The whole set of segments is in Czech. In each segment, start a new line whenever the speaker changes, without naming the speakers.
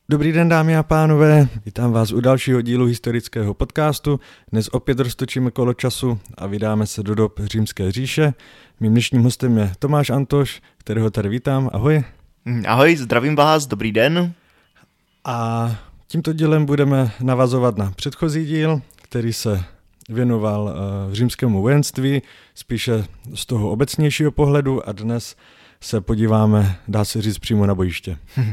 Dobrý den, dámy a pánové, vítám vás u dalšího dílu historického podcastu. Dnes opět roztočíme kolo času a vydáme se do dob Římské říše. Mým dnešním hostem je Tomáš Antoš, kterého tady vítám. Ahoj.
Ahoj, zdravím vás, dobrý den.
A tímto dílem budeme navazovat na předchozí díl, který se věnoval římskému vojenství, spíše z toho obecnějšího pohledu, a dnes se podíváme, dá se říct, přímo na bojiště.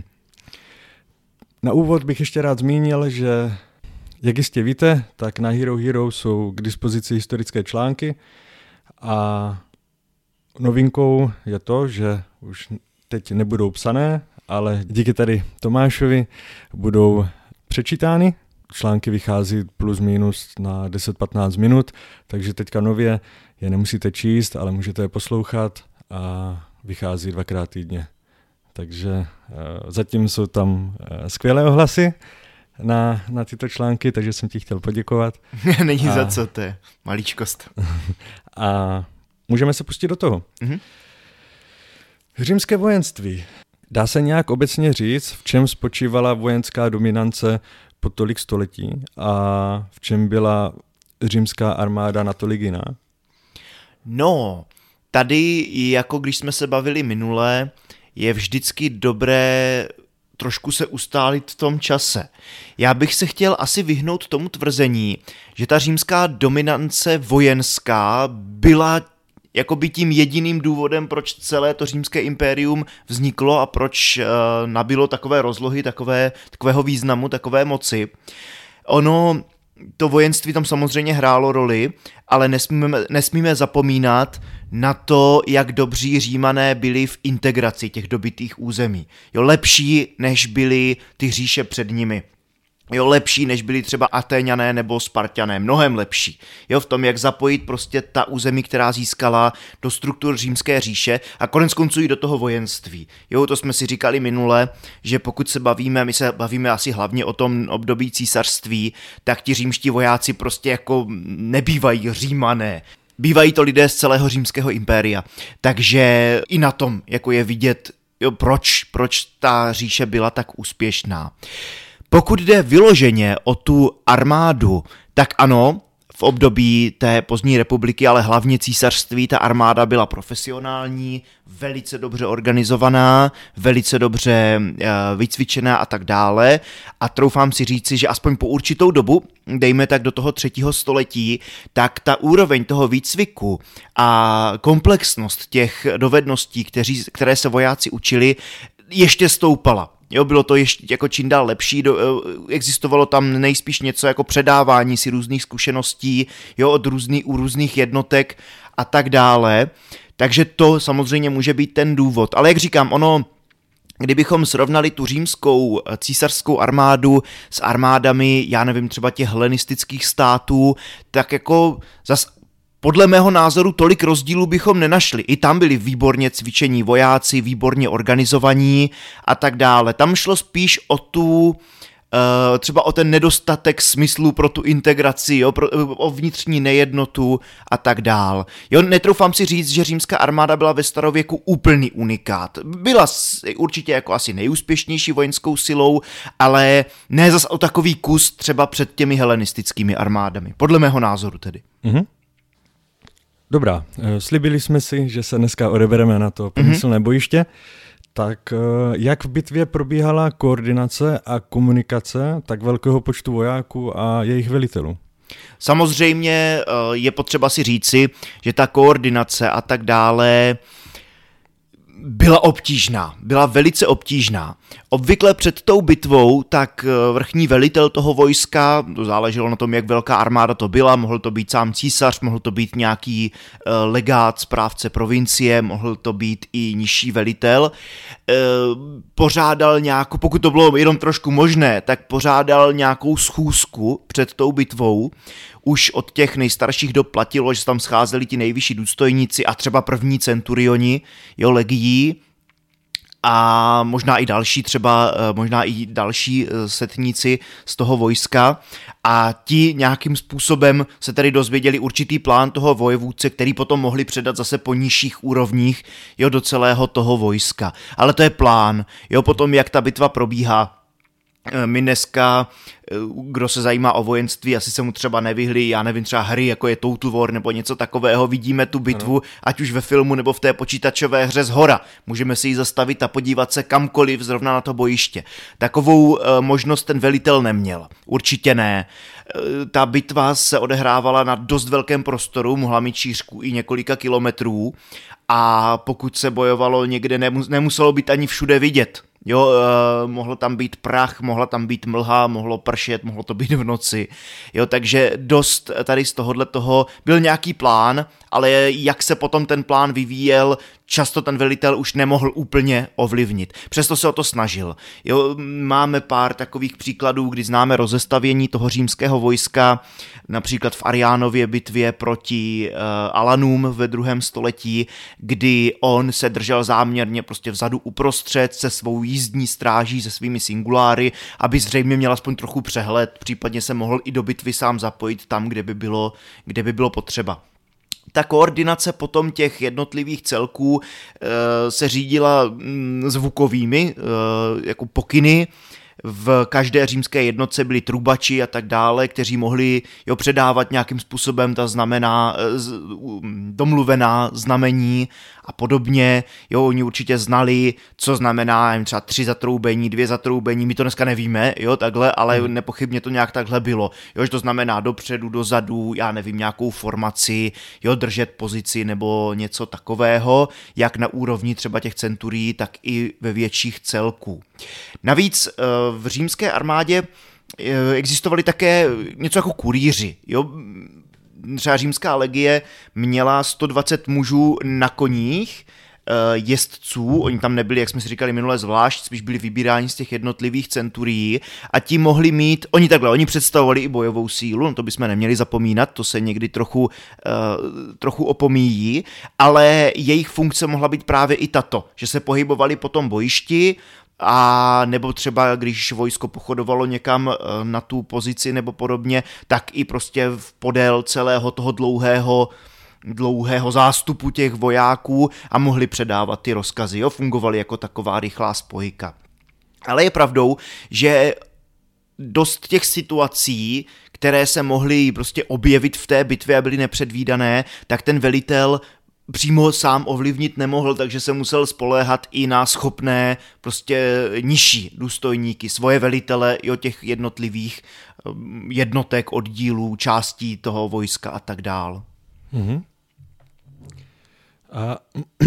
Na úvod bych ještě rád zmínil, že jak jistě víte, tak na Hero Hero jsou k dispozici historické články a novinkou je to, že už teď nebudou psané, ale díky tady Tomášovi budou přečítány. Články vychází plus minus na 10-15 minut, takže teďka nově je nemusíte číst, ale můžete je poslouchat a vychází 2x týdně. Takže zatím jsou tam skvělé ohlasy na tyto články, takže jsem ti chtěl poděkovat.
Není za co, to je maličkost.
A můžeme se pustit do toho. Římské vojenství. Dá se nějak obecně říct, v čem spočívala vojenská dominance po tolik století a v čem byla římská armáda natolik jiná?
No, tady, jako když jsme se bavili minule, je vždycky dobré trošku se ustálit v tom čase. Já bych se chtěl asi vyhnout tomu tvrzení, že ta římská dominance vojenská byla jakoby tím jediným důvodem, proč celé to římské impérium vzniklo a proč nabylo takové rozlohy, takového významu, takové moci. Ono, to vojenství tam samozřejmě hrálo roli, ale nesmíme zapomínat na to, jak dobří Římané byli v integraci těch dobytých území. Jo, lepší, než byly ty říše před nimi. Jo, lepší, než byli třeba Atéňané nebo Spartané, mnohem lepší. Jo, v tom, jak zapojit prostě ta území, která získala do struktur římské říše a konec konců i do toho vojenství. Jo, to jsme si říkali minule, že pokud se bavíme, my se bavíme asi hlavně o tom období císařství, tak ti římští vojáci prostě jako nebývají Římané. Bývají to lidé z celého římského impéria. Takže i na tom jako je vidět, jo, proč ta říše byla tak úspěšná. Pokud jde vyloženě o tu armádu, tak ano, v období té pozdní republiky, ale hlavně císařství, ta armáda byla profesionální, velice dobře organizovaná, velice dobře vycvičená a tak dále. A troufám si říci, že aspoň po určitou dobu, dejme tak do toho 3. století, tak ta úroveň toho výcviku a komplexnost těch dovedností, které se vojáci učili, ještě stoupala. Jo, bylo to ještě jako čím dál lepší, existovalo tam nejspíš něco jako předávání si různých zkušeností, jo, u různých jednotek a tak dále, takže to samozřejmě může být ten důvod, ale jak říkám, ono, kdybychom srovnali tu římskou císařskou armádu s armádami, já nevím, třeba těch hellenistických států, tak jako zas podle mého názoru tolik rozdílů bychom nenašli. I tam byli výborně cvičení vojáci, výborně organizovaní a tak dále. Tam šlo spíš o třeba o ten nedostatek smyslu pro tu integraci, jo, o vnitřní nejednotu a tak dál. Jo, netroufám si říct, že římská armáda byla ve starověku úplný unikát. Byla určitě jako asi nejúspěšnější vojenskou silou, ale ne zas o takový kus třeba před těmi hellenistickými armádami. Podle mého názoru tedy.
Dobrá, slibili jsme si, že se dneska odebereme na to pomyslné bojiště. Tak jak v bitvě probíhala koordinace a komunikace tak velkého počtu vojáků a jejich velitelů?
Samozřejmě je potřeba si říci, že ta koordinace a tak dále byla obtížná, byla velice obtížná. Obvykle před tou bitvou tak vrchní velitel toho vojska, to záleželo na tom, jak velká armáda to byla, mohl to být sám císař, mohl to být nějaký legát, správce provincie, mohl to být i nižší velitel, pořádal nějakou, pokud to bylo jenom trošku možné, tak pořádal nějakou schůzku před tou bitvou. Už od těch nejstarších dob platilo, že se tam scházeli ti nejvyšší důstojníci a třeba první centurioni, jo, legií, a možná i další, třeba možná i další setníci z toho vojska, a ti nějakým způsobem se tedy dozvěděli určitý plán toho vojevůdce, který potom mohli předat zase po nižších úrovních, jo, do celého toho vojska. Ale to je plán, jo, potom jak ta bitva probíhá, My dneska, kdo se zajímá o vojenství, asi se mu třeba nevyhli, já nevím, třeba hry, jako je Total War nebo něco takového, vidíme tu bitvu, ať už ve filmu nebo v té počítačové hře zhora. Můžeme si ji zastavit a podívat se kamkoliv zrovna na to bojiště. Takovou možnost ten velitel neměl. Určitě ne. Ta bitva se odehrávala na dost velkém prostoru, mohla mít šířku i několika kilometrů a pokud se bojovalo někde, nemuselo být ani všude vidět. Jo, mohlo tam být prach, mohla tam být mlha, mohlo pršet, mohlo to být v noci. Jo, takže dost tady z toho byl nějaký plán, ale jak se potom ten plán vyvíjel, často ten velitel už nemohl úplně ovlivnit. Přesto se o to snažil. Jo, máme pár takových příkladů, kdy známe rozestavění toho římského vojska, například v Ariánově bitvě proti Alanům ve 2. století, kdy on se držel záměrně prostě vzadu uprostřed se svou jízdní stráží, se svými singuláry, aby zřejmě měl aspoň trochu přehled, případně se mohl i do bitvy sám zapojit tam, kde by bylo potřeba. Ta koordinace potom těch jednotlivých celků se řídila zvukovými jako pokyny. V každé římské jednotce byli trubači a tak dále, kteří mohli předávat nějakým způsobem ta domluvená znamení a podobně. Jo, oni určitě znali, co znamená třeba 3 zatroubení, 2 zatroubení, my to dneska nevíme, jo, takhle, ale nepochybně to nějak takhle bylo. Jo, že to znamená dopředu, dozadu, já nevím, nějakou formaci, jo, držet pozici nebo něco takového, jak na úrovni třeba těch centurií, tak i ve větších celků. Navíc v římské armádě existovali také něco jako kurýři. Jo? Třeba římská legie měla 120 mužů na koních, jezdců, oni tam nebyli, jak jsme si říkali minule, zvlášť, spíš byli vybíráni z těch jednotlivých centurií a ti mohli mít, oni představovali i bojovou sílu, no to bychom neměli zapomínat, to se někdy trochu opomíjí, ale jejich funkce mohla být právě i tato, že se pohybovali po tom bojišti, a nebo třeba když vojsko pochodovalo někam na tu pozici nebo podobně, tak i prostě v podél celého toho dlouhého zástupu těch vojáků a mohli předávat ty rozkazy, jo, fungovali jako taková rychlá spojka. Ale je pravdou, že dost těch situací, které se mohly prostě objevit v té bitvě a byly nepředvídané, tak ten velitel přímo sám ovlivnit nemohl, takže se musel spoléhat i na schopné prostě nižší důstojníky, svoje velitele i od těch jednotlivých jednotek, oddílů, částí toho vojska a tak dál.
Mm-hmm. A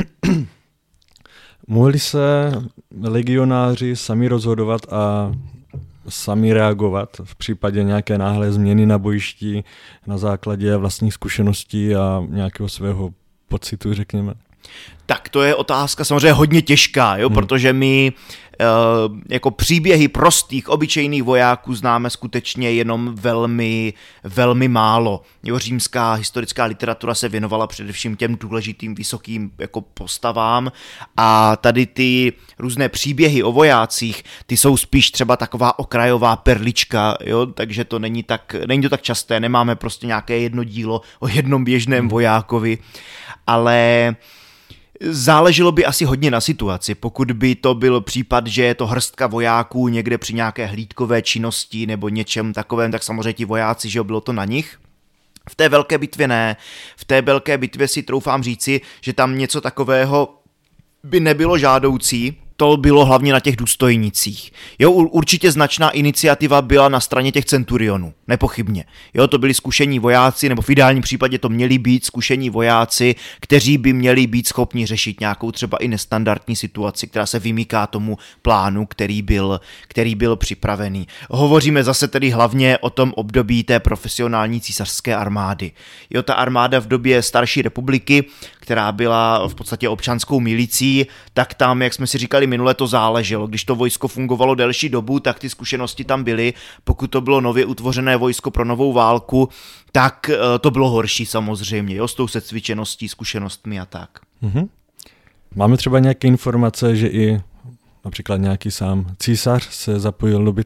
mohli se legionáři sami rozhodovat a sami reagovat v případě nějaké náhlé změny na bojišti na základě vlastních zkušeností a nějakého svého pocitu, řekněme?
Tak to je otázka samozřejmě hodně těžká, jo, protože my jako příběhy prostých, obyčejných vojáků známe skutečně jenom velmi, velmi málo. Jo, římská historická literatura se věnovala především těm důležitým vysokým jako postavám a tady ty různé příběhy o vojácích, ty jsou spíš třeba taková okrajová perlička, jo, takže to není to tak časté, nemáme prostě nějaké jedno dílo o jednom běžném vojákovi, ale záleželo by asi hodně na situaci. Pokud by to byl případ, že je to hrstka vojáků někde při nějaké hlídkové činnosti nebo něčem takovém, tak samozřejmě ti vojáci, že bylo to na nich. V té velké bitvě ne. V té velké bitvě si troufám říci, že tam něco takového by nebylo žádoucí. To bylo hlavně na těch důstojnicích. Jo, určitě značná iniciativa byla na straně těch centurionů, nepochybně. Jo, to byli zkušení vojáci, nebo v ideálním případě to měli být zkušení vojáci, kteří by měli být schopni řešit nějakou třeba i nestandardní situaci, která se vymyká tomu plánu, který byl připravený. Hovoříme zase tedy hlavně o tom období té profesionální císařské armády. Jo, ta armáda v době starší republiky, která byla v podstatě občanskou milicí, tak tam, jak jsme si říkali minule, to záleželo. Když to vojsko fungovalo delší dobu, tak ty zkušenosti tam byly. Pokud to bylo nově utvořené vojsko pro novou válku, tak to bylo horší samozřejmě, jo, s tou secvičeností, zkušenostmi a tak.
Mm-hmm. Máme třeba nějaké informace, že i například nějaký sám císař se zapojil do bitvy?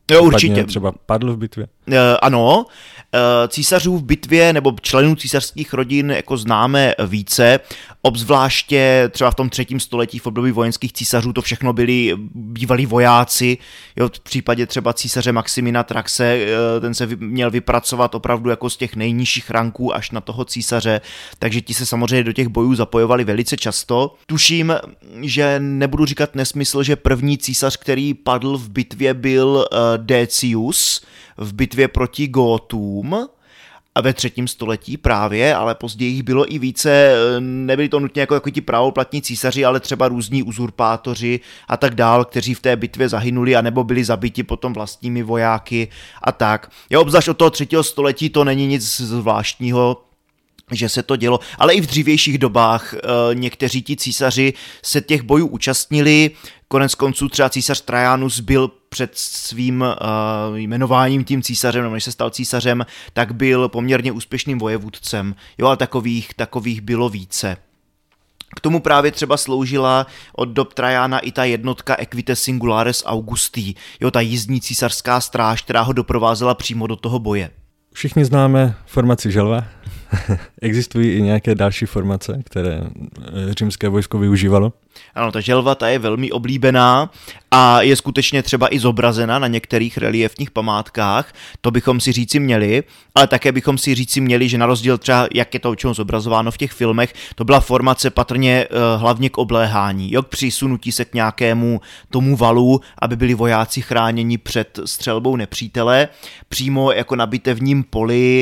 Jo, určitě.
Třeba padl v bitvě?
Ano, císařů v bitvě nebo členů císařských rodin jako známe více, obzvláště třeba v tom 3. století v období vojenských císařů to všechno byli bývalí vojáci, jo, v případě třeba císaře Maximina Traxe, ten se měl vypracovat opravdu jako z těch nejnižších ranků až na toho císaře, takže ti se samozřejmě do těch bojů zapojovali velice často. Tuším, že nebudu říkat nesmysl, že první císař, který padl v bitvě, byl Decius v bitvě proti Gótům a ve 3. století právě, ale později jich bylo i více, nebyli to nutně jako ti pravoplatní císaři, ale třeba různí uzurpátoři a tak dál, kteří v té bitvě zahynuli a nebo byli zabiti potom vlastními vojáky a tak. Jo, obzvlášť od toho 3. století to není nic zvláštního, že se to dělo, ale i v dřívějších dobách někteří ti císaři se těch bojů účastnili, konec konců třeba císař Trajanus byl před svým jmenováním tím císařem, nebo než se stal císařem, tak byl poměrně úspěšným vojevůdcem, jo, ale takových bylo více. K tomu právě třeba sloužila od dob Trajana i ta jednotka Equites Singulares Augusti, jo, ta jízdní císařská stráž, která ho doprovázela přímo do toho boje.
Všichni známe formaci želva. Existují i nějaké další formace, které římské vojsko využívalo?
Ano, ta želva, ta je velmi oblíbená a je skutečně třeba i zobrazena na některých reliefních památkách, to bychom si říci měli, ale také bychom si říci měli, že na rozdíl třeba, jak je to určitě zobrazováno v těch filmech, to byla formace patrně hlavně k obléhání, jo, k přisunutí se k nějakému tomu valu, aby byli vojáci chráněni před střelbou nepřítele, přímo jako na bitevním poli.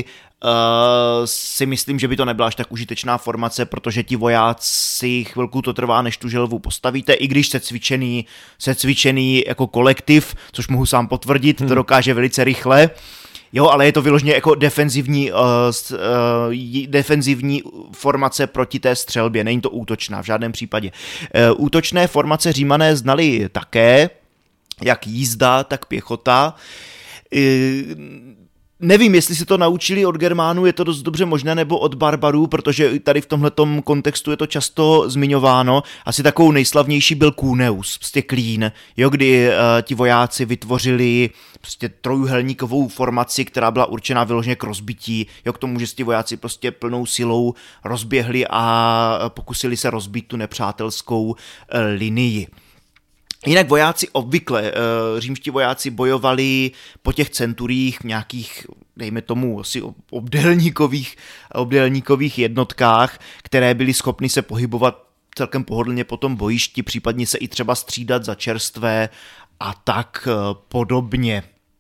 Si myslím, že by to nebyla až tak užitečná formace, protože ti vojáci chvilku to trvá, než tu želvu postavíte, i když se cvičený jako kolektiv, což mohu sám potvrdit, to dokáže velice rychle. Jo, ale je to vyloženě jako defenzivní formace proti té střelbě, není to útočná v žádném případě. Útočné formace Římané znali také, jak jízda, tak pěchota. Nevím, jestli se to naučili od Germánů, je to dost dobře možné, nebo od barbarů, protože tady v tomhletom kontextu je to často zmiňováno. Asi takovou nejslavnější byl Cuneus, prostě Klín, jo, kdy ti vojáci vytvořili prostě trojuhelníkovou formaci, která byla určená vyloženě k rozbití, jo, k tomu, že ti vojáci prostě plnou silou rozběhli a pokusili se rozbít tu nepřátelskou linii. Jinak vojáci obvykle, římští vojáci bojovali po těch centuriích v nějakých, dejme tomu, asi obdélníkových jednotkách, které byly schopny se pohybovat celkem pohodlně po tom bojišti, případně se i třeba střídat za čerstvé a tak podobně.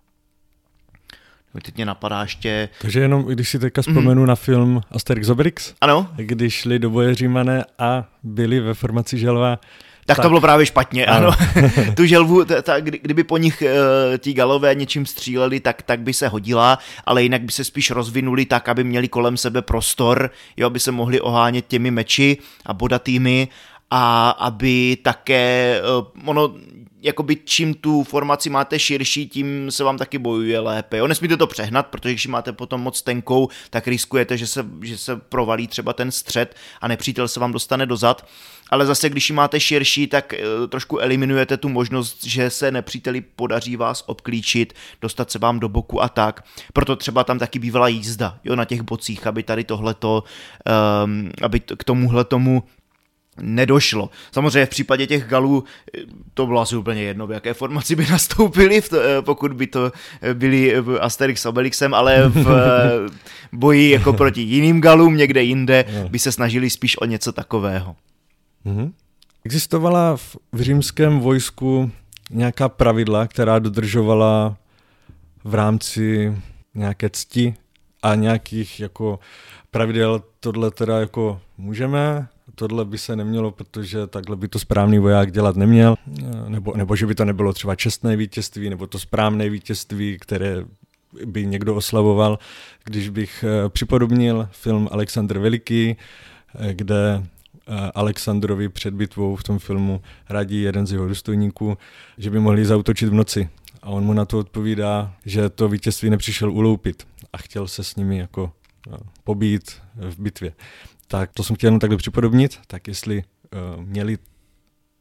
Teď mě napadá ještě...
Takže jenom, když si teďka vzpomenu na film Asterix Obelix,
ano?
Když šli do boje Římané a byli ve formaci želva,
tak to bylo právě špatně, ano. Tu želvu, kdyby po nich ti Galové něčím stříleli, tak by se hodila, ale jinak by se spíš rozvinuli tak, aby měli kolem sebe prostor, jo, aby se mohli ohánět těmi meči a bodatými a aby také, jakoby čím tu formaci máte širší, tím se vám taky bojuje lépe. Jo, nesmíte to přehnat, protože když máte potom moc tenkou, tak riskujete, že se provalí třeba ten střed a nepřítel se vám dostane dozad. Ale zase, když ji máte širší, tak trošku eliminujete tu možnost, že se nepříteli podaří vás obklíčit, dostat se vám do boku a tak. Proto třeba tam taky bývala jízda, jo, na těch bocích, aby tady tohleto, aby k tomuhletomu nedošlo. Samozřejmě v případě těch Galů to bylo asi úplně jedno, v jaké formaci by nastoupili, pokud by to byli Asterix Obelixem, ale v boji jako proti jiným Galům někde jinde by se snažili spíš o něco takového.
Existovala v římském vojsku nějaká pravidla, která dodržovala v rámci nějaké cti a nějakých jako pravidel, tohle teda jako můžeme, tohle by se nemělo, protože takhle by to správný voják dělat neměl, nebo že by to nebylo třeba čestné vítězství, nebo to správné vítězství, které by někdo oslavoval. Když bych připodobnil film Alexandr Veliký, kde Alexandrovi před bitvou v tom filmu radí jeden z jeho důstojníků, že by mohli zaútočit v noci. A on mu na to odpovídá, že to vítězství nepřišel uloupit a chtěl se s nimi jako pobít v bitvě. Tak to jsem chtěl jenom takhle připodobnit, tak jestli měli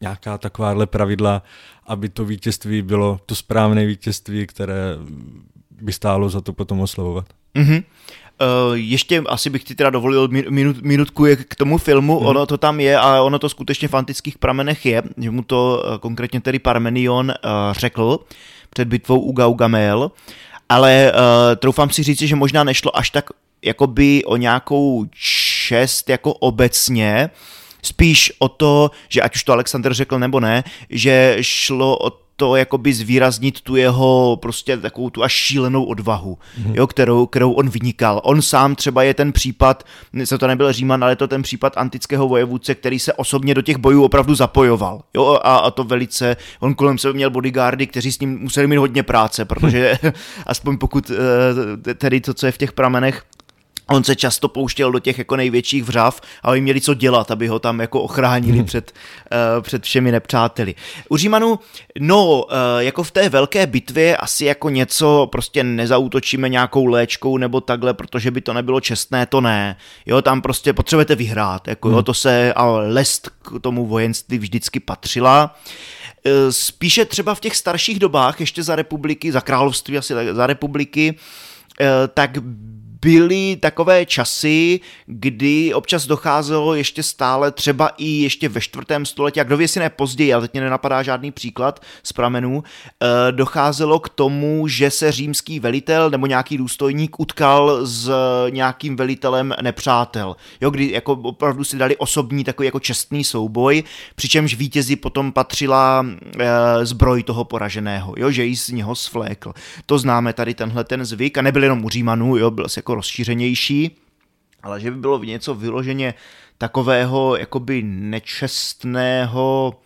nějaká takováhle pravidla, aby to vítězství bylo to správné vítězství, které by stálo za to potom oslavovat.
Mm-hmm. Ještě asi bych ti teda dovolil minutku k tomu filmu, ono to tam je a ono to skutečně v antických pramenech je, že mu to konkrétně tedy Parmenion řekl před bitvou u Gaugamel, ale troufám si říct, že možná nešlo až tak jakoby o nějakou čest jako obecně, spíš o to, že ať už to Alexander řekl nebo ne, že šlo o to jakoby zvýraznit tu jeho prostě takovou tu až šílenou odvahu, jo, kterou on vynikal. On sám třeba je ten případ, to nebyl Říman, ale je to ten případ antického vojevůdce, který se osobně do těch bojů opravdu zapojoval. Jo, a to velice, on kolem sebe měl bodyguardy, kteří s ním museli mít hodně práce, protože aspoň pokud tedy to, co je v těch pramenech, on se často pouštěl do těch jako největších vřav a oni měli co dělat, aby ho tam jako ochránili před všemi nepřáteli. U Římanů, jako v té velké bitvě asi jako něco prostě nezaútočíme nějakou léčkou nebo takhle, protože by to nebylo čestné, to ne. Jo, tam prostě potřebujete vyhrát, jako jo, to se, a lest k tomu vojenství vždycky patřila. Spíše třeba v těch starších dobách, ještě za republiky, za království asi za republiky, tak byly takové časy, kdy občas docházelo ještě stále třeba i ještě ve 4. století, a kdo ví, jestli ne později, ale teď mě nenapadá žádný příklad z pramenů, docházelo k tomu, že se římský velitel nebo nějaký důstojník utkal s nějakým velitelem nepřátel. Jo, kdy jako opravdu si dali osobní takový jako čestný souboj, přičemž vítězi potom patřila zbroj toho poraženého, jo, že jí z něho svlékl. To známe tady tenhle ten zvyk a nebyl jenom u Římanů, jo, byl jako rozšířenější, ale že by bylo něco vyloženě takového jakoby nečestného.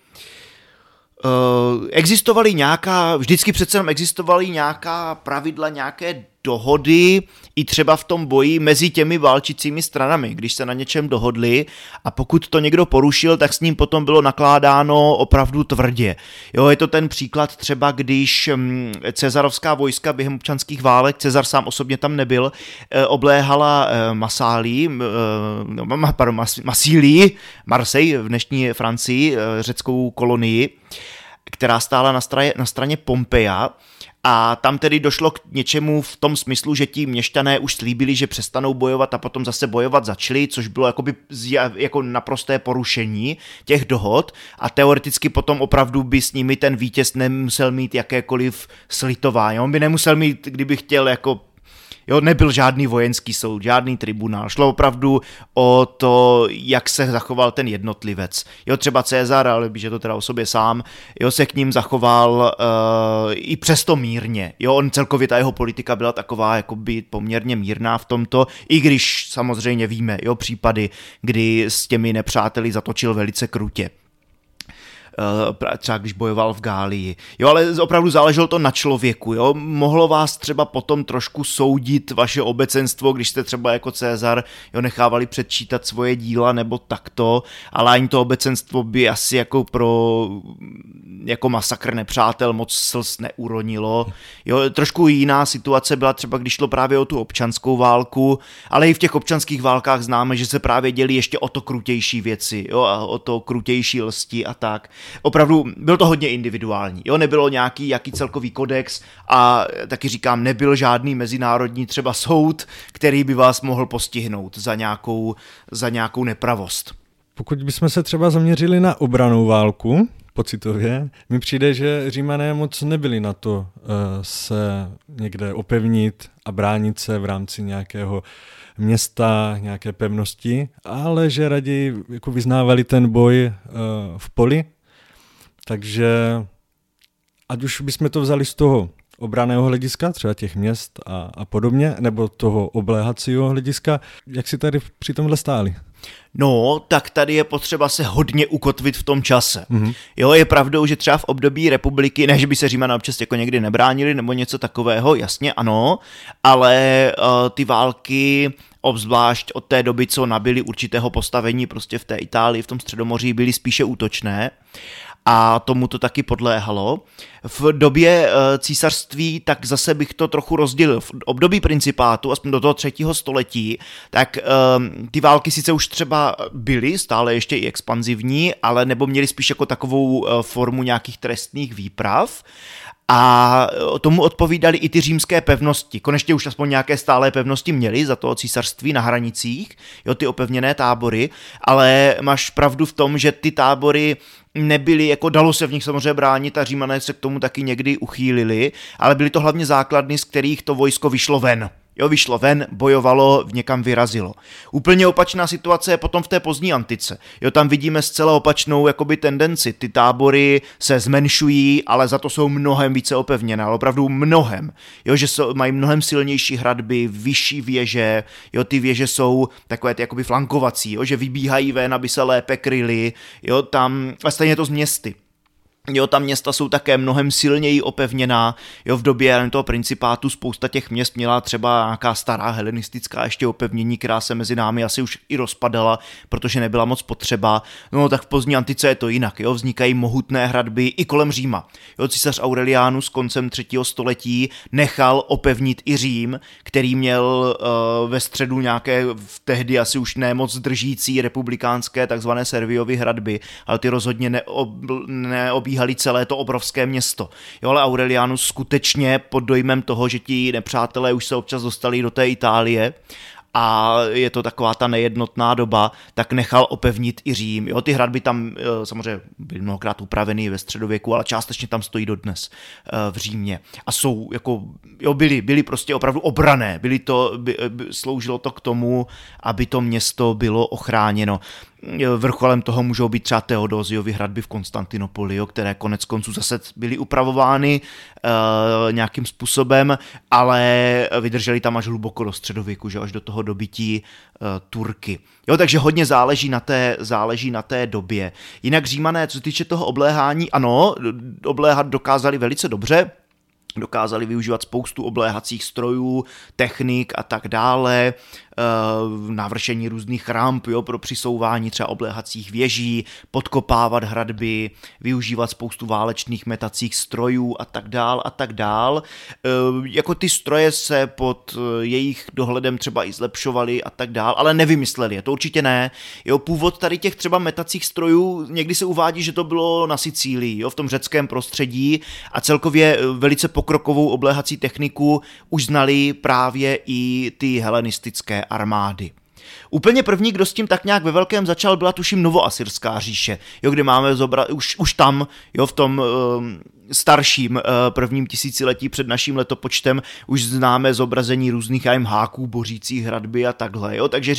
Vždycky přece existovaly nějaká pravidla, nějaké dohody i třeba v tom boji mezi těmi válčícími stranami, když se na něčem dohodli a pokud to někdo porušil, tak s ním potom bylo nakládáno opravdu tvrdě. Jo, je to ten příklad třeba, když cezarovská vojska během občanských válek, Cezar sám osobně tam nebyl, obléhala Massílii, Marseille v dnešní Francii, řeckou kolonii, která stála na straně Pompeja. A tam tedy došlo k něčemu v tom smyslu, že ti měšťané už slíbili, že přestanou bojovat a potom zase bojovat začali, což bylo jako naprosté porušení těch dohod a teoreticky potom opravdu by s nimi ten vítěz nemusel mít jakékoliv slitování. On by nemusel mít, kdyby chtěl jako. Jo, nebyl žádný vojenský soud, žádný tribunál. Šlo opravdu o to, jak se zachoval ten jednotlivec. Jo, třeba Cezar, ale že to teda o sobě sám, jo, se k ním zachoval i přesto mírně. Jo, on celkově ta jeho politika byla taková jakoby poměrně mírná v tomto, i když samozřejmě víme, jo, případy, kdy s těmi nepřáteli zatočil velice krutě. Třeba když bojoval v Gálii. Jo, ale opravdu záleželo to na člověku, jo. Mohlo vás třeba potom trošku soudit vaše obecenstvo, když jste třeba jako Cezar, jo, nechávali předčítat svoje díla nebo takto, ale ani to obecenstvo by asi jako masakr nepřátel moc slz neuronilo. Jo, trošku jiná situace byla třeba, když šlo právě o tu občanskou válku, ale i v těch občanských válkách známe, že se právě dělí ještě o to krutější věci, jo, a o to krutější lsti a tak. Opravdu byl to hodně individuální, jo, nebylo nějaký celkový kodex a taky říkám, nebyl žádný mezinárodní třeba soud, který by vás mohl postihnout za nějakou nepravost.
Pokud bychom se třeba zaměřili na obrannou válku, pocitově, mi přijde, že Římané moc nebyli na to se někde opevnit a bránit se v rámci nějakého města, nějaké pevnosti, ale že raději jako vyznávali ten boj v poli. Takže ať už bychom to vzali z toho obranného hlediska, třeba těch měst a podobně, nebo toho obléhacího hlediska, jak si tady při tomhle stáli?
No, tak tady je potřeba se hodně ukotvit v tom čase. Mm-hmm. Jo, je pravdou, že třeba v období republiky, ne, že by se Římané občas jako někdy nebránili nebo něco takového, jasně ano, ale ty války, obzvlášť od té doby, co nabyly určitého postavení prostě v té Itálii, v tom Středomoří, byly spíše útočné. a tomu to taky podléhalo. V době císařství, tak zase bych to trochu rozdělil. V období principátu, aspoň do toho 3. století, tak ty války sice už třeba byly stále ještě i expanzivní, ale nebo měly spíš jako takovou formu nějakých trestných výprav. A tomu odpovídaly i ty římské pevnosti. Konečně už aspoň nějaké stálé pevnosti měly za toho císařství na hranicích, jo, ty opevněné tábory, ale máš pravdu v tom, že ty tábory nebyly, jako dalo se v nich samozřejmě bránit a Římané se k tomu taky někdy uchýlili, ale byly to hlavně základny, z kterých to vojsko vyšlo ven. Jo, vyšlo ven, bojovalo, někam vyrazilo. Úplně opačná situace je potom v té pozdní antice. Jo, tam vidíme zcela opačnou jakoby tendenci. Ty tábory se zmenšují, ale za to jsou mnohem více opevněné, ale opravdu mnohem. Jo, že mají mnohem silnější hradby, vyšší věže, jo, ty věže jsou takové ty jakoby flankovací, jo, že vybíhají ven, aby se lépe kryly, jo, tam, a stejně to z městy. Jo, ta města jsou také mnohem silněji opevněná, jo, v době toho principátu spousta těch měst měla třeba nějaká stará helenistická ještě opevnění, která se mezi námi asi už i rozpadala, protože nebyla moc potřeba, no tak v pozdní antice je to jinak, jo, vznikají mohutné hradby i kolem Říma, jo, císař Aurelianus koncem 3. století nechal opevnit i Řím, který měl ve středu nějaké tehdy asi už nemoc držící republikánské takzvané Serviovy hradby, ale ty rozhodně neobíhaly celé to obrovské město. Jo, ale Aurelianus skutečně pod dojmem toho, že ti nepřátelé už se občas dostali do té Itálie a je to taková ta nejednotná doba, tak nechal opevnit i Řím. Jo, ty hradby tam samozřejmě byly mnohokrát upraveny ve středověku, ale částečně tam stojí dodnes v Římě. A jsou jako, jo, byly prostě opravdu obranné, sloužilo to k tomu, aby to město bylo ochráněno. Vrcholem toho můžou být třeba Theodosiovy hradby v Konstantinopoli, jo, které konec konců zase byly upravovány nějakým způsobem, ale vydrželi tam až hluboko do středověku, že až do toho dobytí Turky. Jo, takže hodně záleží na té době. Jinak Římané, co se týče toho obléhání, ano, obléhat dokázali velice dobře, dokázali využívat spoustu obléhacích strojů, technik a tak dále, navršení různých ramp, jo, pro přisouvání třeba obléhacích věží, podkopávat hradby, využívat spoustu válečných metacích strojů a tak dál. Jako ty stroje se pod jejich dohledem třeba i zlepšovaly a tak dál, ale nevymysleli je, to určitě ne. Jo, původ tady těch třeba metacích strojů, někdy se uvádí, že to bylo na Sicílii, jo, v tom řeckém prostředí a celkově velice pokrokovou obléhací techniku už znali právě i ty helenistické armády. Úplně první, kdo s tím tak nějak ve velkém začal, byla tuším Novoasyrská říše, jo, kde máme už tam, jo, v tom starším prvním tisíciletí před naším letopočtem už známe zobrazení různých háků bořících hradby a takhle, jo, takže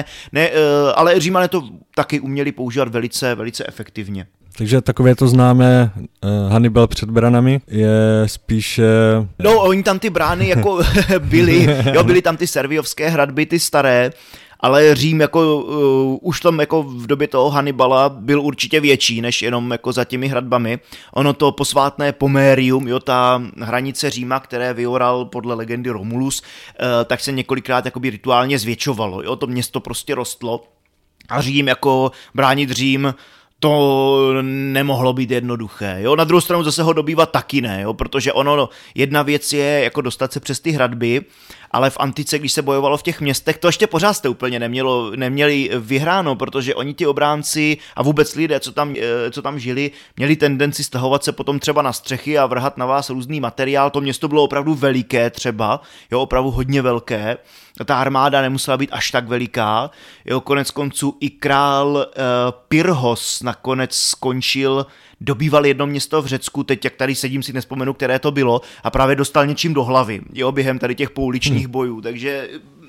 ale Římané to taky uměli používat velice, velice efektivně.
Takže takové to známe Hannibal před branami je spíše...
No, oni tam ty brány jako byly tam ty serviovské hradby, ty staré, ale Řím jako už tam jako v době toho Hannibala byl určitě větší než jenom jako za těmi hradbami. Ono to posvátné Pomerium, jo, ta hranice Říma, které vyoral podle legendy Romulus, tak se několikrát jakoby rituálně zvětšovalo, jo, to město prostě rostlo a Řím jako bránit Řím to nemohlo být jednoduché. Jo? Na druhou stranu zase ho dobývat taky ne, jo? Protože jedna věc je jako dostat se přes ty hradby, ale v antice, když se bojovalo v těch městech, to ještě pořád jste úplně neměli vyhráno, protože oni ti obránci a vůbec lidé, co tam žili, měli tendenci stahovat se potom třeba na střechy a vrhat na vás různý materiál. To město bylo opravdu veliké třeba, jo, opravdu hodně velké. Ta armáda nemusela být až tak veliká. Jo, konec konců i král Pyrrhos nakonec dobýval jedno město v Řecku, teď jak tady sedím si nespomenu, které to bylo, a právě dostal něčím do hlavy, jo, během tady těch pouličních bojů, takže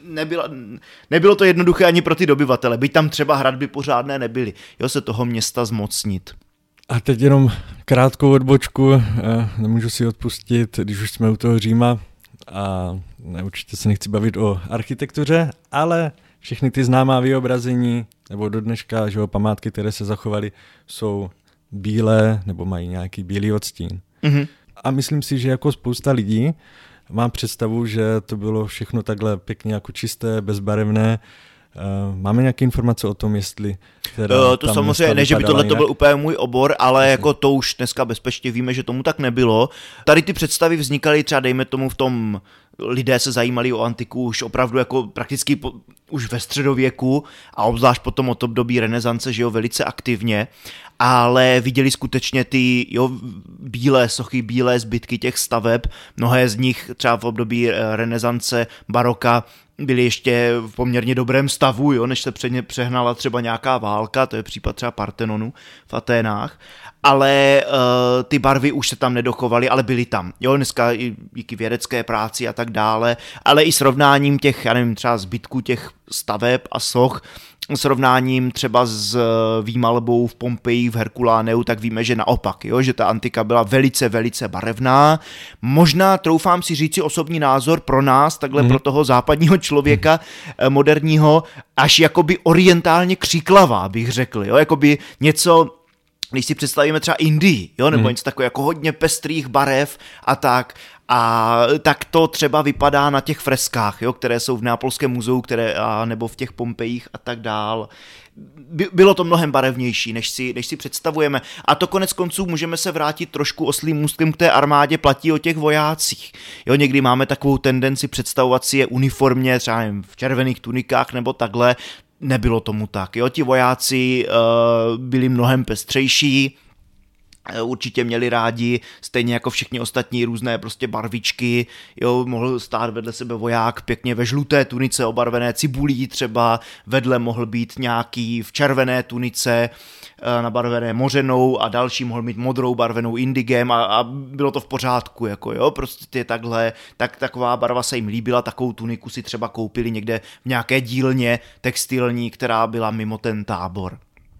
nebylo to jednoduché ani pro ty dobyvatele, byť tam třeba hradby pořádné nebyly, jo, se toho města zmocnit.
A teď jenom krátkou odbočku, nemůžu si odpustit, když už jsme u toho Říma, a určitě se nechci bavit o architektuře, ale všechny ty známá vyobrazení, nebo do dneška, že památky, které se zachovaly, jsou bílé, nebo mají nějaký bílý odstín. Mm-hmm. A myslím si, že jako spousta lidí mám představu, že to bylo všechno takhle pěkně jako čisté, bezbarevné, Máme nějaké informace o tom, jestli
to samozřejmě, ne, že by tohle to byl úplně můj obor, ale jako to už dneska bezpečně víme, že tomu tak nebylo. Tady ty představy vznikaly třeba, dejme tomu, v tom lidé se zajímali o antiku už opravdu jako prakticky už ve středověku a obzvlášť potom od období renesance, že jo, velice aktivně, ale viděli skutečně ty bílé sochy, bílé zbytky těch staveb, mnohé z nich třeba v období renesance, baroka byly ještě v poměrně dobrém stavu, jo, než se přehnala třeba nějaká válka, to je případ třeba Partenonu v Aténách, ale ty barvy už se tam nedochovaly, ale byly tam, jo, dneska i díky vědecké práci a tak dále, ale i srovnáním těch, já nevím, třeba zbytků těch staveb a soch, srovnáním třeba s výmalbou v Pompeji, v Herkuláneu, tak víme, že naopak, jo, že ta antika byla velice, velice barevná. Možná, troufám si říci osobní názor pro nás, takhle pro toho západního člověka moderního, až jakoby orientálně křiklavá, bych řekl, jo, jakoby něco, když si představíme třeba Indii, jo, nebo něco takové jako hodně pestrých barev a tak. A tak to třeba vypadá na těch freskách, jo, které jsou v Neapolském muzeu, nebo v těch Pompejích a tak dál. Bylo to mnohem barevnější, než si představujeme. A to konec konců můžeme se vrátit trošku oslým můstkem k té armádě, platí o těch vojácích. Jo, někdy máme takovou tendenci představovat si je uniformně, třeba v červených tunikách nebo takhle. Nebylo tomu tak. Jo, ti vojáci byli mnohem pestřejší, určitě měli rádi, stejně jako všichni ostatní různé prostě barvičky, jo, mohl stát vedle sebe voják pěkně ve žluté tunice obarvené cibulí třeba, vedle mohl být nějaký v červené tunice nabarvené mořenou a další mohl mít modrou barvenou indigem a bylo to v pořádku, jako jo, prostě takhle, taková barva se jim líbila, takovou tuniku si třeba koupili někde v nějaké dílně textilní, která byla mimo ten tábor.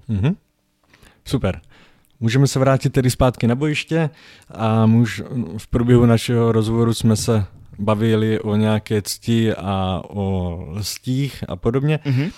Super. Můžeme se vrátit tedy zpátky na bojiště a v průběhu našeho rozhovoru jsme se bavili o nějaké cti a o lstích a podobně.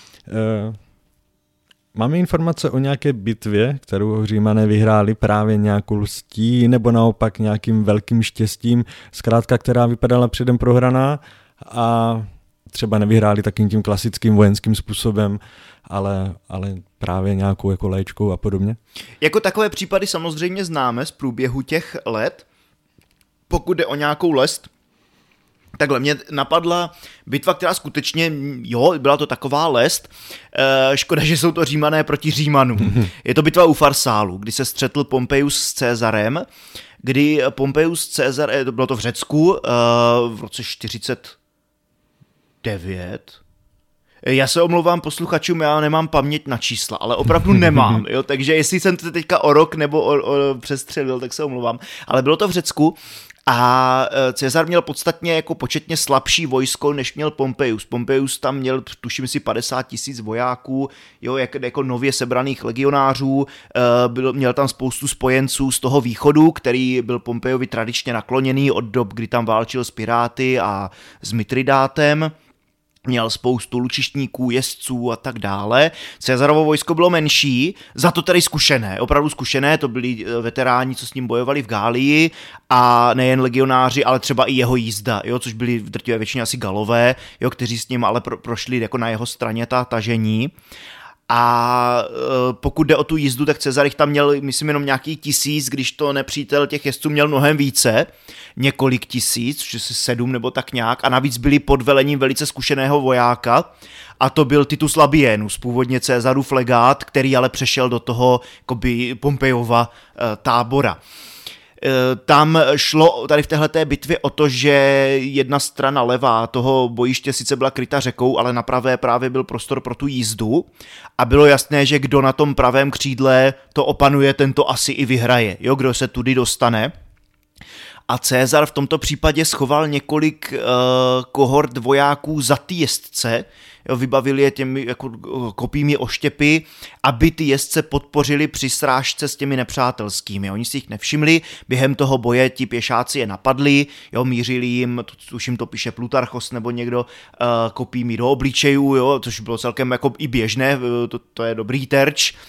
Máme informace o nějaké bitvě, kterou Římané vyhráli právě nějakou lstí nebo naopak nějakým velkým štěstím, zkrátka, která vypadala předem prohraná a třeba nevyhráli takým tím klasickým vojenským způsobem, ale právě nějakou jako léčkou a podobně?
Jako takové případy samozřejmě známe z průběhu těch let. Pokud jde o nějakou lest, takhle mě napadla bitva, která skutečně, jo, byla to taková lest, škoda, že jsou to Římané proti Římanům. Je to bitva u Farsálu, kdy se střetl Pompeius s Cezarem, kdy Pompeius Cezar, bylo to v Řecku, v roce 49. Já se omlouvám posluchačům, já nemám paměť na čísla, ale opravdu nemám, jo, takže jestli jsem to teďka o rok nebo přestřelil, tak se omlouvám, ale bylo to v Řecku a Cezar měl podstatně jako početně slabší vojsko, než měl Pompeius. Pompeius tam měl, tuším si, 50 000 vojáků, jo, jako nově sebraných legionářů, měl tam spoustu spojenců z toho východu, který byl Pompeiovi tradičně nakloněný od dob, kdy tam válčil s Piráty a s Mitridátem. Měl spoustu lučištníků, jezdců a tak dále. Cezarovo vojsko bylo menší, za to tedy zkušené, opravdu zkušené, to byli veteráni, co s ním bojovali v Gálii a nejen legionáři, ale třeba i jeho jízda, jo, což byli v drtivé většině asi Galové, jo, kteří s ním ale prošli jako na jeho straně ta tažení. A pokud jde o tu jízdu, tak Cezar jich tam měl, myslím, jenom nějaký 1000, když to nepřítel těch jezdců měl mnohem více, několik tisíc, což je 7 nebo tak nějak, a navíc byli pod velením velice zkušeného vojáka, a to byl Titus Labienus, původně Cezarův legát, který ale přešel do toho jakoby Pompejova tábora. Tam šlo tady v téhleté bitvě o to, že jedna strana levá toho bojiště sice byla kryta řekou, ale na pravé právě byl prostor pro tu jízdu a bylo jasné, že kdo na tom pravém křídle to opanuje, ten to asi i vyhraje, jo, kdo se tudy dostane. A Cezar v tomto případě schoval několik kohort vojáků za ty jezdce, jo, vybavili je těmi jako kopími oštěpy, aby ty jezdce podpořili při srážce s těmi nepřátelskými. Oni si jich nevšimli, během toho boje ti pěšáci je napadli, jo, mířili jim, tuším to píše Plutarchos nebo někdo, kopími do obličejů, jo, což bylo celkem jako i běžné, to je dobrý terč.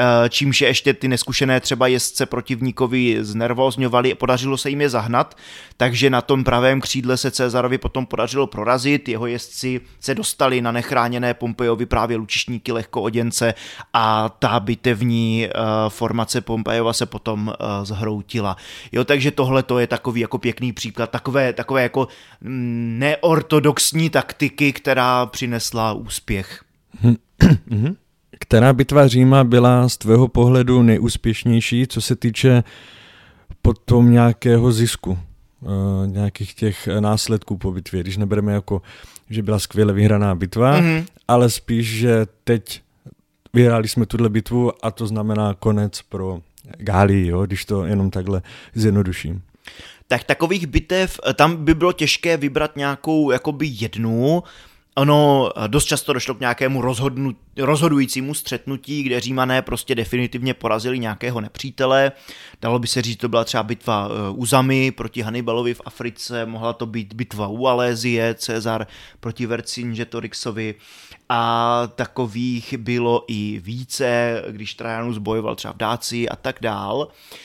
čímž je ještě ty neskušené třeba jezdce protivníkovi znervózňovali, podařilo se jim je zahnat, takže na tom pravém křídle se Caesarovi potom podařilo prorazit, jeho jezdci se dostali na nechráněné Pompejovy právě lučišníky lehkooděnce a ta bitevní formace Pompejova se potom zhroutila. Jo, takže tohle to je takový jako pěkný příklad, takové jako neortodoxní taktiky, která přinesla úspěch.
Která bitva Říma byla z tvého pohledu nejúspěšnější, co se týče potom nějakého zisku, nějakých těch následků po bitvě, když nebereme jako, že byla skvěle vyhraná bitva, ale spíš, že teď vyhráli jsme tuhle bitvu a to znamená konec pro Gálii, jo, když to jenom takhle zjednoduším.
Tak takových bitev, tam by bylo těžké vybrat nějakou jakoby jednu. Ono dost často došlo k nějakému rozhodujícímu střetnutí, kde Římané prostě definitivně porazili nějakého nepřítele. Dalo by se říct, to byla třeba bitva u Zamy proti Hannibalovi v Africe, mohla to být bitva u Alézie, Caesar proti Vercingetorixovi a takových bylo i více, když Trajanus bojoval třeba v Dácii a tak dál.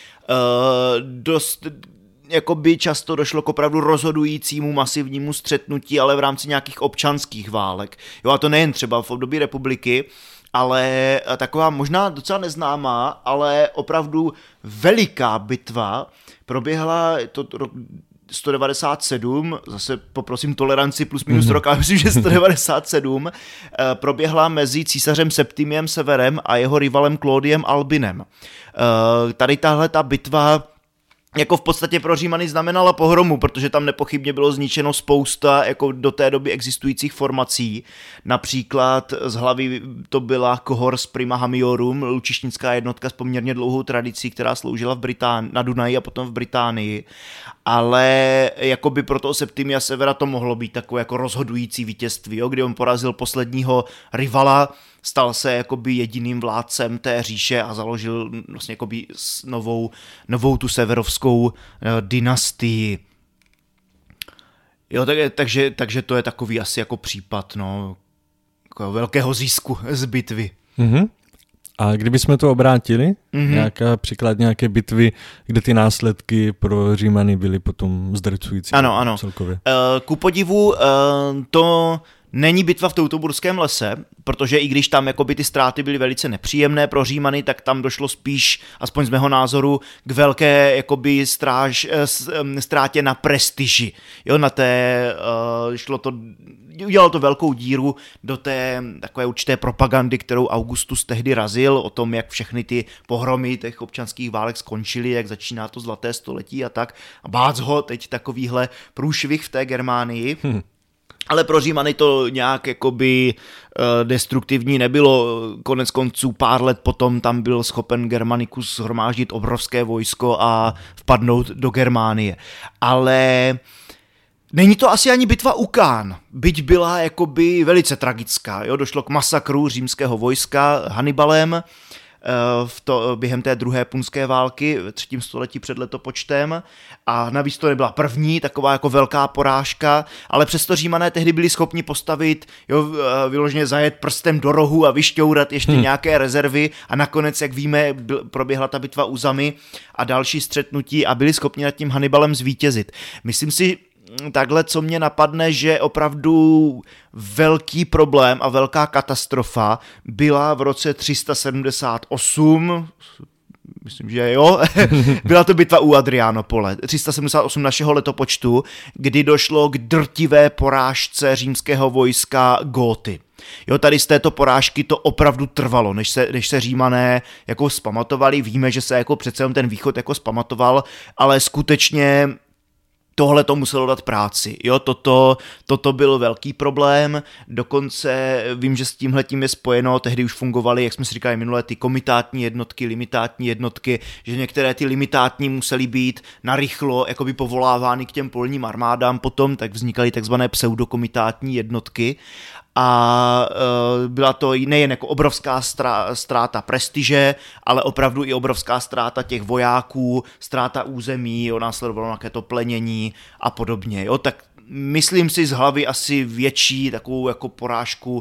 Dost jakoby často došlo k opravdu rozhodujícímu masivnímu střetnutí, ale v rámci nějakých občanských válek. Jo, a to nejen třeba v období republiky, ale taková možná docela neznámá, ale opravdu veliká bitva proběhla to rok 197, zase poprosím toleranci plus minus rok, ale myslím, že 197, proběhla mezi císařem Septimiem Severem a jeho rivalem Claudiem Albinem. Tady tahle ta bitva jako v podstatě pro Římany znamenala pohromu, protože tam nepochybně bylo zničeno spousta jako do té doby existujících formací. Například z hlavy to byla Cohors Prima Hamiorum, lučišnická jednotka s poměrně dlouhou tradicí, která sloužila na Dunaji a potom v Británii. Ale jakoby pro toho Septimia Severa to mohlo být takové jako rozhodující vítězství, jo, kdy on porazil posledního rivala, stal se jakoby jediným vládcem té říše a založil vlastně jakoby novou tu severovskou dynastii. Jo, takže to je takový asi jako případ, no, jako velkého zisku z bitvy.
A kdybychom to obrátili, příklad nějaké bitvy, kde ty následky pro Římany byly potom zdrcující.
Ano.
Celkově.
Ku podivu to není bitva v Teutoburském lese, protože i když tam jakoby ty ztráty byly velice nepříjemné pro Římany, tak tam došlo spíš, aspoň z mého názoru, k velké jakoby ztrátě na prestiži. Jo, udělalo to velkou díru do té takové určité propagandy, kterou Augustus tehdy razil, o tom, jak všechny ty pohromy těch občanských válek skončily, jak začíná to zlaté století a tak. A bác ho teď takovýhle průšvih v té Germánii. Ale pro Římany to nějak jakoby destruktivní nebylo. Konec konců pár let potom tam byl schopen Germanicus shromáždit obrovské vojsko a vpadnout do Germánie. Ale není to asi ani bitva u Cannes, byť byla jakoby velice tragická. Jo? Došlo k masakru římského vojska Hannibalem během té druhé punské války v 3. století před letopočtem a navíc to nebyla první taková jako velká porážka, ale přesto Římané tehdy byli schopni postavit, vyloženě zajet prstem do rohu a vyšťourat ještě nějaké rezervy a nakonec, jak víme, proběhla ta bitva u Zamy a další střetnutí a byli schopni nad tím Hannibalem zvítězit. Myslím si, takhle, co mě napadne, že opravdu velký problém a velká katastrofa byla v roce 378, myslím, že jo, byla to bitva u Adrianopole, 378 našeho letopočtu, kdy došlo k drtivé porážce římského vojska Góty. Jo, tady z této porážky to opravdu trvalo, než se Římané jako zpamatovali, víme, že se jako přece ten východ jako zpamatoval, ale skutečně tohle to muselo dát práci, jo, toto byl velký problém, dokonce vím, že s tímhletím je spojeno, tehdy už fungovaly, jak jsme si říkali minule, ty komitátní jednotky, limitátní jednotky, že některé ty limitátní musely být narychlo jakoby povolávány k těm polním armádám potom, tak vznikaly takzvané pseudokomitátní jednotky a byla to nejen jako obrovská ztráta prestiže, ale opravdu i obrovská ztráta těch vojáků, ztráta území, následovalo nějaké to plenění a podobně. Jo? Tak myslím si z hlavy asi větší takovou jako porážku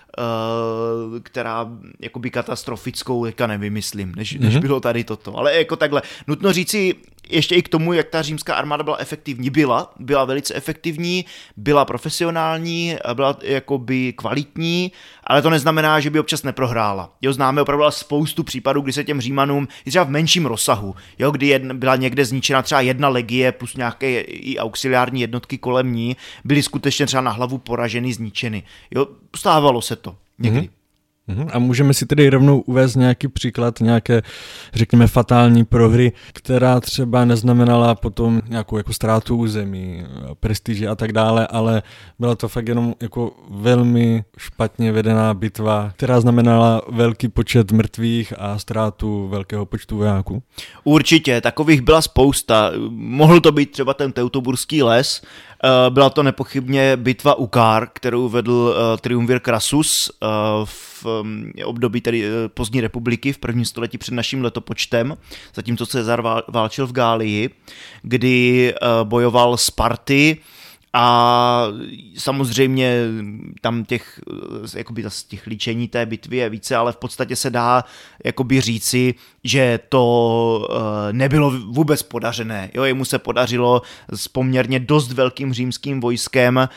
která jakoby katastrofickou, teďka nevymyslím, než bylo tady toto. Ale jako takhle, nutno říci ještě i k tomu, jak ta římská armáda byla efektivní. Byla velice efektivní, byla profesionální, byla jakoby kvalitní, ale to neznamená, že by občas neprohrála. Jo, známe opravdu spoustu případů, kdy se těm Římanům, i třeba v menším rozsahu, jo, kdy byla někde zničena třeba jedna legie plus nějaké i auxiliární jednotky kolem ní, byly skutečně třeba na hlavu poraženy, zničeny. Jo, stávalo se to někdy.
A můžeme si tedy rovnou uvést nějaký příklad nějaké, řekněme, fatální prohry, která třeba neznamenala potom nějakou jako ztrátu území, prestiži a tak dále, ale byla to fakt jenom jako velmi špatně vedená bitva, která znamenala velký počet mrtvých a ztrátu velkého počtu vojáků.
Určitě, takových byla spousta. Mohl to být třeba ten Teutoburský les. Byla to nepochybně bitva u Kár, kterou vedl triumvir Crassus v období tedy pozdní republiky v prvním století před naším letopočtem, zatímco Cezar válčil v Gálii, kdy bojoval Sparty. A samozřejmě tam těch líčení té bitvy je více, ale v podstatě se dá jakoby říci, že to nebylo vůbec podařené. Jo, jemu se podařilo s poměrně dost velkým římským vojskem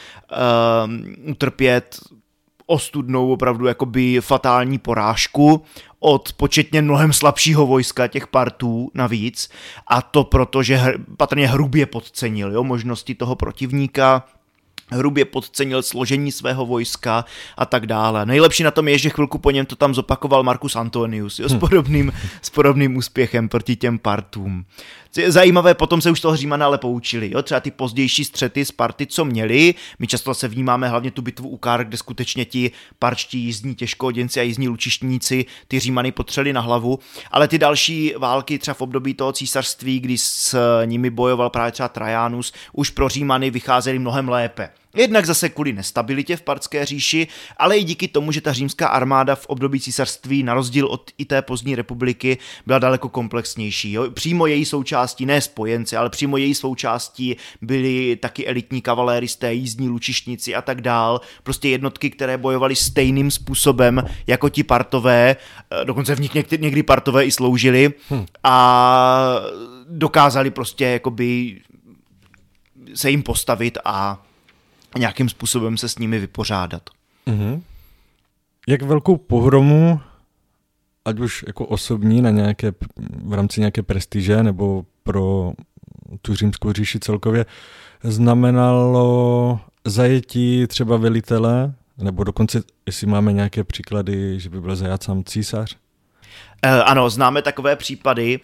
utrpět ostudnou, opravdu jakoby fatální porážku od početně mnohem slabšího vojska těch Partů navíc, a to proto, že patrně hrubě podcenil možnosti toho protivníka, hrubě podcenil složení svého vojska a tak dále. Nejlepší na tom je, že chvilku po něm to tam zopakoval Marcus Antonius, s podobným úspěchem proti těm Partům. Zajímavé, potom se už toho Římana ale poučili. Jo? Třeba ty pozdější střety Sparty, co měli, my často se vnímáme hlavně tu bitvu u Kár, kde skutečně ti parčtí jízdní těžkooděnci a jízdní lučištníci ty Římany potřeli na hlavu, ale ty další války třeba v období toho císařství, kdy s nimi bojoval právě třeba Trajanus, už pro Římany vycházely mnohem lépe. Jednak zase kvůli nestabilitě v Partské říši, ale i díky tomu, že ta římská armáda v období císařství, na rozdíl od i té pozdní republiky, byla daleko komplexnější. Jo? Přímo její součástí, ne spojenci, ale přímo její součástí byly taky elitní kavaléristé, jízdní lučištníci a tak dál. Prostě jednotky, které bojovaly stejným způsobem jako ti Partové, dokonce v nich někdy Partové i sloužili a dokázali prostě jakoby se jim postavit a nějakým způsobem se s nimi vypořádat.
Jak velkou pohromu, ať už jako osobní v rámci nějaké prestiže nebo pro tu římskou říši celkově, znamenalo zajetí třeba velitele, nebo dokonce, jestli máme nějaké příklady, že by byl zajat sám císař?
Ano, známe takové případy.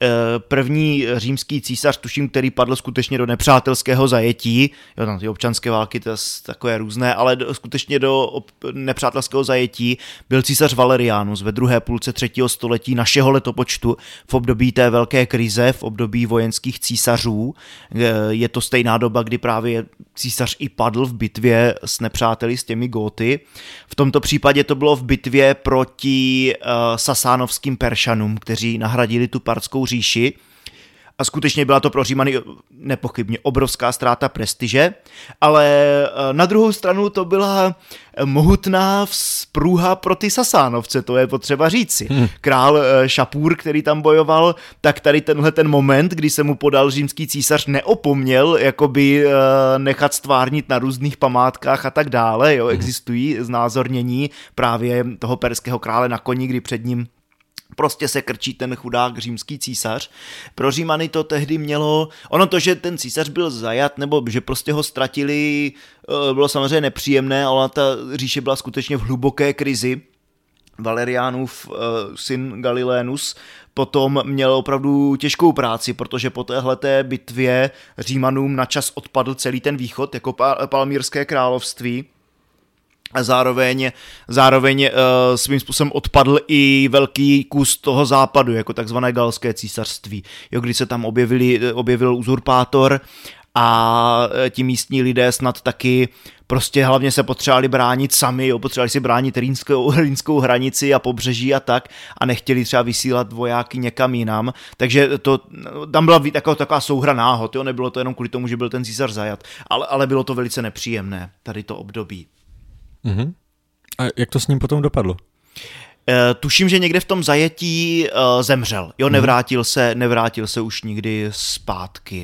První římský císař, tuším, který padl skutečně do nepřátelského zajetí, jo, tam ty občanské války, to je takové různé, ale skutečně do nepřátelského zajetí byl císař Valerianus ve druhé půlce 3. století našeho letopočtu v období té velké krize, v období vojenských císařů. Je to stejná doba, kdy právě císař i padl v bitvě s nepřáteli, s těmi Góty. V tomto případě to bylo v bitvě proti sasánovským Peršanům, kteří nahradili tu partskou říši. A skutečně byla to pro Římany nepochybně obrovská ztráta prestiže, ale na druhou stranu to byla mohutná vzprůha pro ty Sasánovce, to je potřeba říci. Král Šapůr, který tam bojoval, tak tady ten moment, kdy se mu podal římský císař, neopomněl jakoby nechat stvárnit na různých památkách a tak dále. Jo, existují znázornění právě toho perského krále na koni, kdy před ním prostě se krčí ten chudák římský císař. Pro Římany to tehdy mělo, ono to, že ten císař byl zajat, nebo že prostě ho ztratili, bylo samozřejmě nepříjemné, ale ta říše byla skutečně v hluboké krizi. Valerianův syn Galilénus potom měl opravdu těžkou práci, protože po téhleté bitvě Římanům na čas odpadl celý ten východ, jako Palmírské království. A zároveň svým způsobem odpadl i velký kus toho západu, jako takzvané galské císařství, jo, kdy se tam objevil uzurpátor a ti místní lidé snad taky prostě hlavně se potřebovali bránit sami, jo, potřebovali si bránit rýnskou hranici a pobřeží a tak a nechtěli třeba vysílat vojáky někam jinam, takže tam byla taková souhra náhod, jo, nebylo to jenom kvůli tomu, že byl ten císař zajat, ale bylo to velice nepříjemné, tady to období.
A jak to s ním potom dopadlo?
Tuším, že někde v tom zajetí zemřel. Jo, nevrátil se už nikdy zpátky.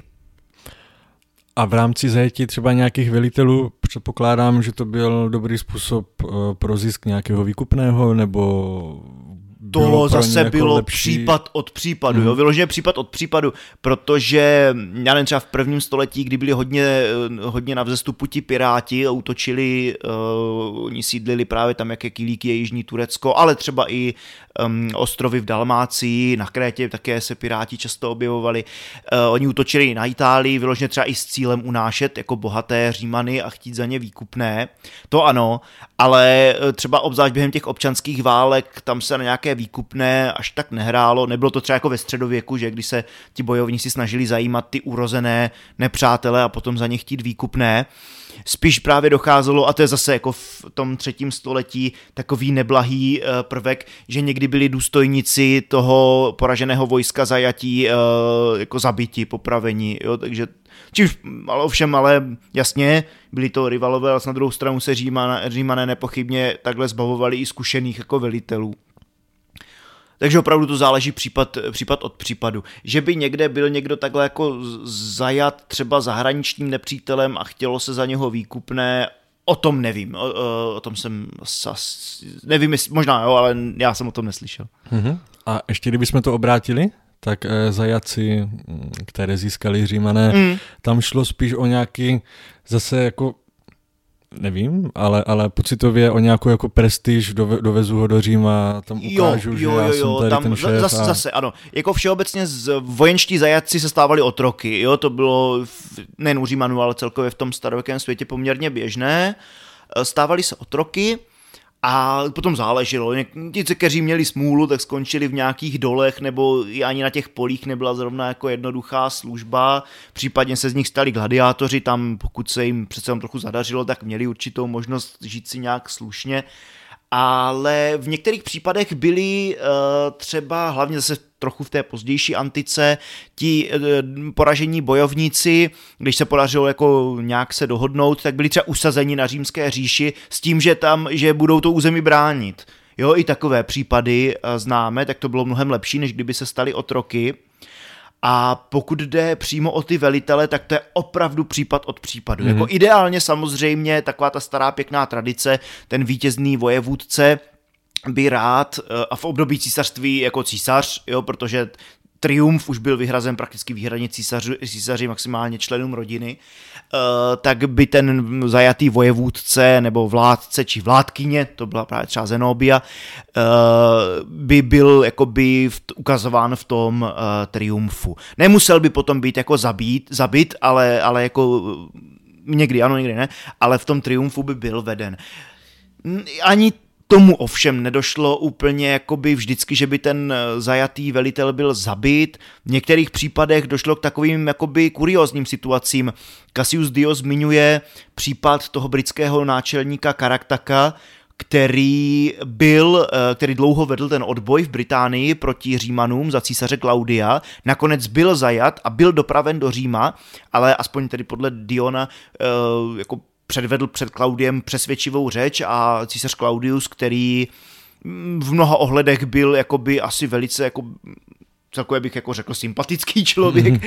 A v rámci zajetí třeba nějakých velitelů předpokládám, že to byl dobrý způsob pro zisk nějakého výkupného, nebo
to zase bylo případ od případu, jo, vyloženě případ od případu, protože já nevím, třeba v prvním století, kdy byli hodně na vzestupu ti piráti a útočili, oni sídlili právě tam, jaké Kilíky je jižní Turecko, ale třeba i ostrovy v Dalmácii, na Krétě také se piráti často objevovali. Oni útočili na Itálii, vyloženě třeba i s cílem unášet jako bohaté Římany a chtít za ně výkupné, to ano, ale třeba obzvlášť během těch občanských válek tam se na nějaké výkupné až tak nehrálo, nebylo to třeba jako ve středověku, že když se ti bojovníci snažili zajímat ty urozené nepřátele a potom za ně chtít výkupné, spíš právě docházelo, a to je zase jako v tom 3. století takový neblahý prvek, že někdy byli důstojníci toho poraženého vojska zajatí jako zabiti, popraveni, jo, takže ale jasně, byli to rivalové, ale na druhou stranu se Římané nepochybně takhle zbavovali i zkušených jako velitelů. Takže opravdu to záleží případ od případu. Že by někde byl někdo takhle jako zajat třeba zahraničním nepřítelem a chtělo se za něho výkupné, o tom nevím. O tom jsem nevím, možná jo, ale já jsem o tom neslyšel.
A ještě kdybychom to obrátili, tak zajatci, které získali Římané, tam šlo spíš o nějaký zase jako nevím, ale pocitově o nějakou jako prestiž, dovezu ho do Říma, tam ukážu, že já jsem tady
tam
ten šéf.
Zase, ano. Jako všeobecně vojenští zajatci se stávali otroky, jo, to bylo nejen u Římanů, ale celkově v tom starověkém světě poměrně běžné. Stávali se otroky a potom záleželo. Ti, kteří měli smůlu, tak skončili v nějakých dolech, nebo i ani na těch polích nebyla zrovna jako jednoduchá služba, případně se z nich stali gladiátoři, tam pokud se jim přece jen trochu zadařilo, tak měli určitou možnost žít si nějak slušně, ale v některých případech byli třeba, hlavně zase trochu v té pozdější antice, ti poražení bojovníci, když se podařilo jako nějak se dohodnout, tak byli třeba usazeni na Římské říši s tím, že budou to území bránit. Jo, i takové případy známe, tak to bylo mnohem lepší, než kdyby se stali otroky. A pokud jde přímo o ty velitele, tak to je opravdu případ od případu. Jako ideálně samozřejmě taková ta stará pěkná tradice, ten vítězný vojevůdce by rád a v období císařství jako císař, jo, protože triumf už byl vyhrazen prakticky výhradně císaři, maximálně členům rodiny, tak by ten zajatý vojevůdce nebo vládce či vládkyně, to byla právě třeba Zenobia, by byl jakoby ukazován v tom triumfu. Nemusel by potom být jako zabit, ale jako někdy ano, někdy ne, ale v tom triumfu by byl veden. Ani tomu ovšem nedošlo úplně jakoby vždycky, že by ten zajatý velitel byl zabit. V některých případech došlo k takovým jakoby kuriózním situacím. Cassius Dio zmiňuje případ toho britského náčelníka Karaktaka, který dlouho vedl ten odboj v Británii proti Římanům za císaře Klaudia, nakonec byl zajat a byl dopraven do Říma, ale aspoň tedy podle Diona jako předvedl před Klaudiem přesvědčivou řeč a císař Claudius, který v mnoha ohledech byl jakoby asi velice jako celkově bych jako řekl sympatický člověk,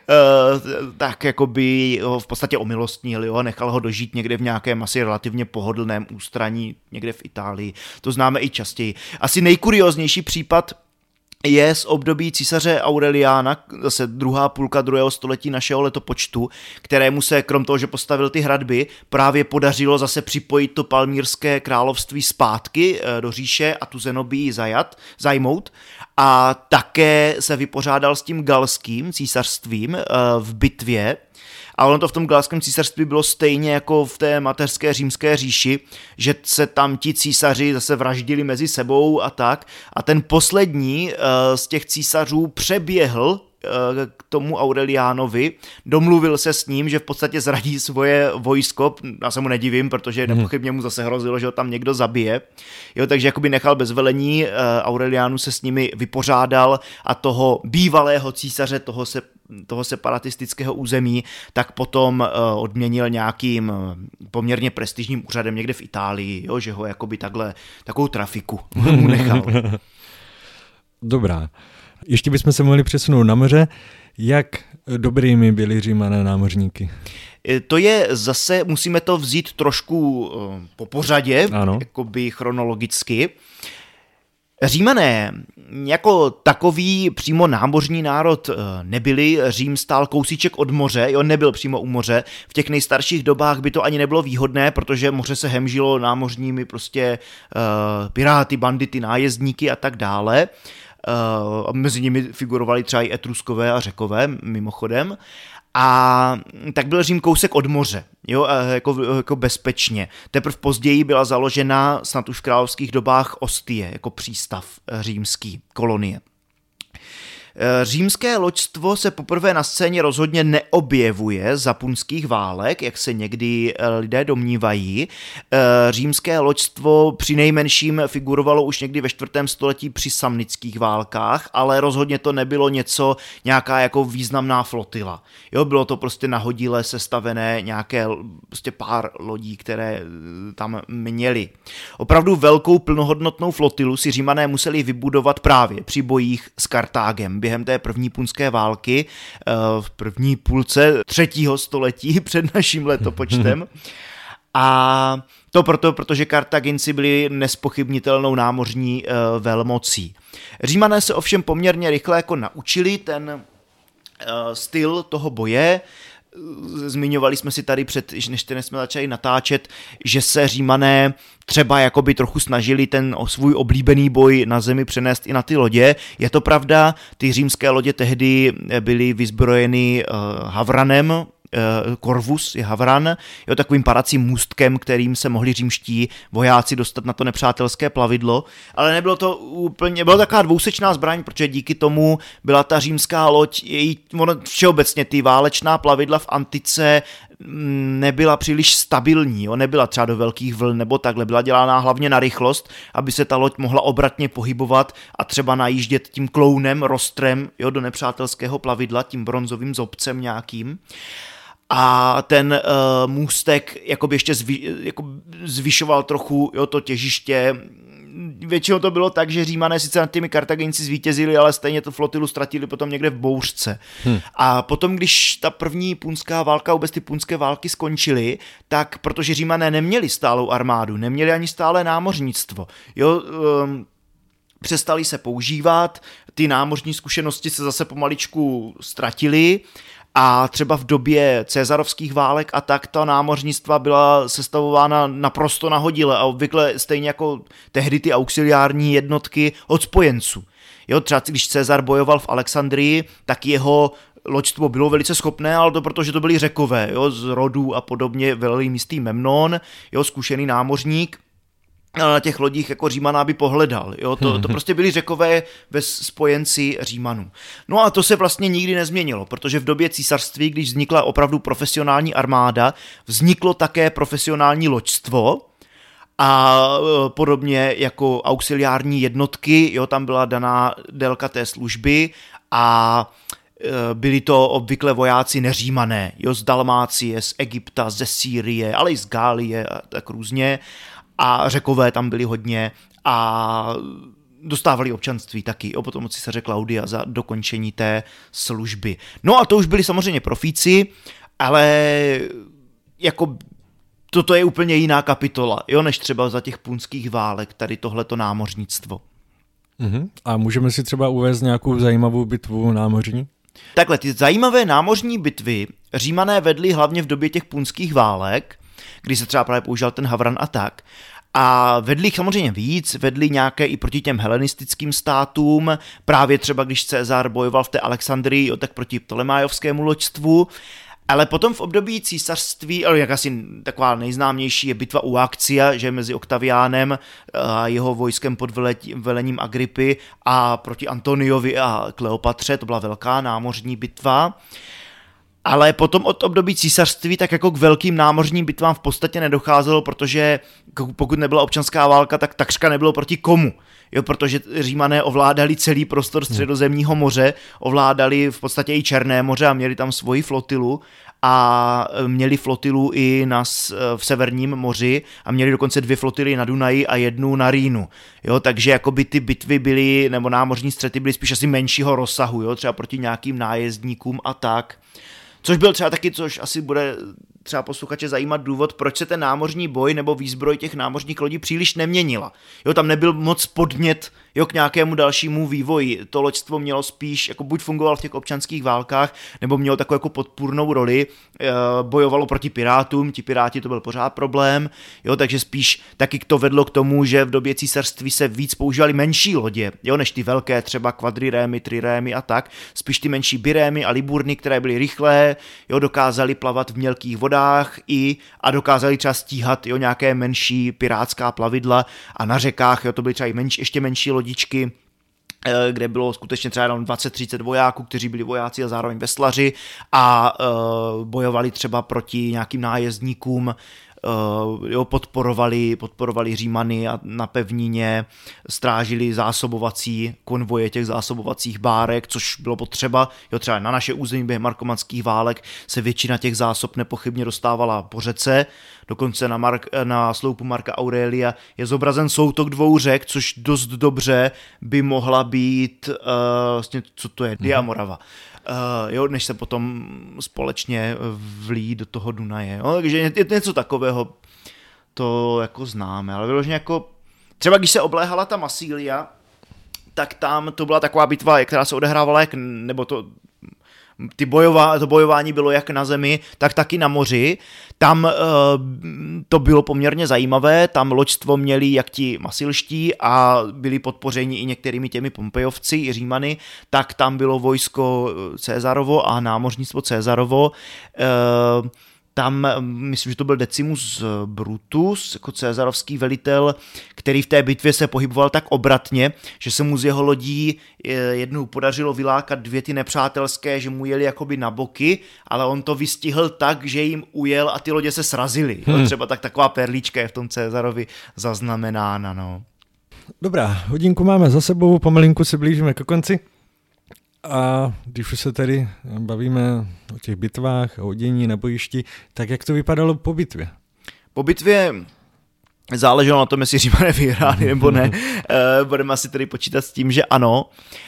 tak jakoby ho v podstatě omilostnil, jo, nechal ho dožít někde v nějakém asi relativně pohodlném ústraní, někde v Itálii. To známe i častěji. Asi nejkurióznější případ je z období císaře Aureliána, zase druhá půlka 2. století našeho letopočtu, kterému se krom toho, že postavil ty hradby, právě podařilo zase připojit to palmírské království zpátky do říše a tu Zenobii zajmout a také se vypořádal s tím galským císařstvím v bitvě. A ono to v tom galském císařství bylo stejně jako v té mateřské římské říši, že se tam ti císaři zase vraždili mezi sebou a tak. A ten poslední z těch císařů přeběhl k tomu Aureliánovi, domluvil se s ním, že v podstatě zradí svoje vojsko, já se mu nedivím, protože nepochybně mu zase hrozilo, že ho tam někdo zabije, jo, takže jakoby nechal bez velení, Aureliánu se s nimi vypořádal a toho bývalého císaře, toho se toho separatistického území, tak potom odměnil nějakým poměrně prestižním úřadem někde v Itálii, jo, že ho jakoby takovou trafiku mu nechal.
Dobrá. Ještě bychom se mohli přesunout na moře. Jak dobrými byli Římané námořníky?
To je zase, musíme to vzít trošku po pořadě, jakoby chronologicky. Římané jako takový přímo námořní národ nebyli, Řím stál kousíček od moře, jo, nebyl přímo u moře. V těch nejstarších dobách by to ani nebylo výhodné, protože moře se hemžilo námořními prostě piráty, bandity, nájezdníky a tak dále. Mezi nimi figurovali třeba i Etruskové a Řekové, mimochodem. A tak byl Řím kousek od moře, jo, jako bezpečně. Teprve později byla založena, snad už v královských dobách, Ostie, jako přístav římský, kolonie. Římské loďstvo se poprvé na scéně rozhodně neobjevuje za punských válek, jak se někdy lidé domnívají. Římské loďstvo přinejmenším figurovalo už někdy ve 4. století při samnických válkách, ale rozhodně to nebylo nějaká jako významná flotila. Jo, bylo to prostě nahodile sestavené nějaké prostě pár lodí, které tam měli. Opravdu velkou plnohodnotnou flotilu si Římané museli vybudovat právě při bojích s Kartágem během té první punské války v první půlce 3. století před naším letopočtem. A to protože Kartaginci byli nespochybnitelnou námořní velmocí. Římané se ovšem poměrně rychle jako naučili ten styl toho boje. Zmiňovali jsme si tady než jsme začali natáčet, že se Římané třeba jakoby trochu snažili ten svůj oblíbený boj na zemi přenést i na ty lodě. Je to pravda, ty římské lodě tehdy byly vyzbrojeny havranem, Corvus je havran, jo, takovým padacím můstkem, kterým se mohli římští vojáci dostat na to nepřátelské plavidlo, ale nebylo to úplně, byla taková dvousečná zbraň, protože díky tomu byla ta římská loď, všeobecně ty válečná plavidla v antice nebyla příliš stabilní, jo, nebyla třeba do velkých vln nebo takhle, byla dělána hlavně na rychlost, aby se ta loď mohla obratně pohybovat a třeba najíždět tím klounem, rostrem, jo, do nepřátelského plavidla, tím bronzovým zobcem nějakým. A ten můstek jakoby ještě zvyšoval trochu, jo, to těžiště. Většinou to bylo tak, že Římané sice nad těmi Kartaginci zvítězili, ale stejně tu flotilu ztratili potom někde v bouřce. A potom, když ta první punská válka, vůbec ty punské války skončily, tak protože Římané neměli stálou armádu, neměli ani stálé námořnictvo, jo, přestali se používat, ty námořní zkušenosti se zase pomaličku ztratily. A třeba v době cezarovských válek a tak ta námořnictva byla sestavována naprosto nahodile a obvykle stejně jako tehdy ty auxiliární jednotky od spojenců. Jo, třeba když Cezar bojoval v Alexandrii, tak jeho loďstvo bylo velice schopné, ale to protože to byli Řekové, jo, z rodů a podobně, velmi místý Memnon, jo, zkušený námořník. Na těch lodích jako Římaná by pohledal. Jo? To prostě byli Řekové ve spojenci Římanů. No a to se vlastně nikdy nezměnilo, protože v době císařství, když vznikla opravdu profesionální armáda, vzniklo také profesionální loďstvo a podobně jako auxiliární jednotky, jo, tam byla daná délka té služby a byli to obvykle vojáci neřímané, jo, z Dalmácie, z Egypta, ze Sýrie, ale i z Gálie a tak různě. A Řekové tam byli hodně a dostávali občanství taky, potom od císaře Klaudia za dokončení té služby. No a to už byli samozřejmě profíci, ale jako toto je úplně jiná kapitola, jo, než třeba za těch punských válek, tady tohleto námořnictvo.
A můžeme si třeba uvést nějakou zajímavou bitvu námořní?
Takhle, ty zajímavé námořní bitvy Římané vedli hlavně v době těch punských válek, kdy se třeba právě používal ten havran a tak. A vedli jich samozřejmě víc, vedli nějaké i proti těm helenistickým státům, právě třeba když Cezar bojoval v té Alexandrii, jo, tak proti ptolemájovskému loďstvu, ale potom v období císařství, ale jak asi taková nejznámější je bitva u Akcia, že mezi Oktaviánem a jeho vojskem pod velením Agrippy a proti Antoniovi a Kleopatře, to byla velká námořní bitva. Ale potom od období císařství tak jako k velkým námořním bitvám v podstatě nedocházelo, protože pokud nebyla občanská válka, tak takřka nebylo proti komu. Jo, protože Římané ovládali celý prostor Středozemního moře, ovládali v podstatě i Černé moře a měli tam svoji flotilu a měli flotilu i v Severním moři a měli dokonce 2 flotily na Dunaji a 1 na Rýnu. Jo, takže jakoby ty bitvy byly, nebo námořní střety byly spíš asi menšího rozsahu, jo, třeba proti nějakým nájezdníkům a tak. Což byl třeba taky, což asi bude třeba posluchače zajímat důvod, proč se ten námořní boj nebo výzbroj těch námořních lodí příliš neměnila. Jo, tam nebyl moc podnět, jo, k nějakému dalšímu vývoji. To loďstvo mělo spíš, jako buď fungovalo v těch občanských válkách, nebo mělo takovou jako podpůrnou roli, bojovalo proti pirátům, ti piráti to byl pořád problém, jo, takže spíš taky to vedlo k tomu, že v době císařství se víc používaly menší lodě, jo, než ty velké, třeba kvadrirémy, trirémy a tak, spíš ty menší birémy a liburny, které byly rychlé, jo, dokázaly plavat v mělkých vodách a dokázali třeba stíhat, jo, nějaké menší pirátská plavidla a na řekách, jo, to byly třeba i ještě menší lodičky, kde bylo skutečně třeba jenom 20-30 vojáků, kteří byli vojáci a zároveň veslaři a bojovali třeba proti nějakým nájezdníkům, jo, podporovali Římany a na pevnině strážili zásobovací konvoje těch zásobovacích bárek, což bylo potřeba. Jo, třeba na naše území během markomanských válek se většina těch zásob nepochybně dostávala po řece, dokonce na sloupu Marka Aurelia je zobrazen soutok 2 řek, což dost dobře by mohla být, vlastně, co to je, Diamorava. Jo, než se potom společně vlí do toho Dunaje. Jo? Takže je něco takového, to jako známe, ale vyloženě jako, třeba když se obléhala ta Massilia, tak tam to byla taková bitva, která se odehrávala, nebo to bojování bylo jak na zemi, tak taky na moři. Tam to bylo poměrně zajímavé, tam loďstvo měli jak ti masilští a byli podpořeni i některými těmi Pompejovci, i Římany, tak tam bylo vojsko Caesarovo a námořnictvo Caesarovo. Tam, myslím, že to byl Decimus Brutus, jako caesarovský velitel, který v té bitvě se pohyboval tak obratně, že se mu z jeho lodí jednou podařilo vylákat 2 ty nepřátelské, že mu jeli jakoby na boky, ale on to vystihl tak, že jim ujel a ty lodě se srazily. Třeba taková perlička je v tom Caesarovi zaznamenána. No.
Dobrá, hodinku máme za sebou, pomalinku se blížíme ke konci. A když už se tady bavíme o těch bitvách, o dění na bojišti, tak jak to vypadalo po bitvě?
Po bitvě záleželo na tom, jestli Římané vyhráli nebo ne. Budeme asi tedy počítat s tím, že ano.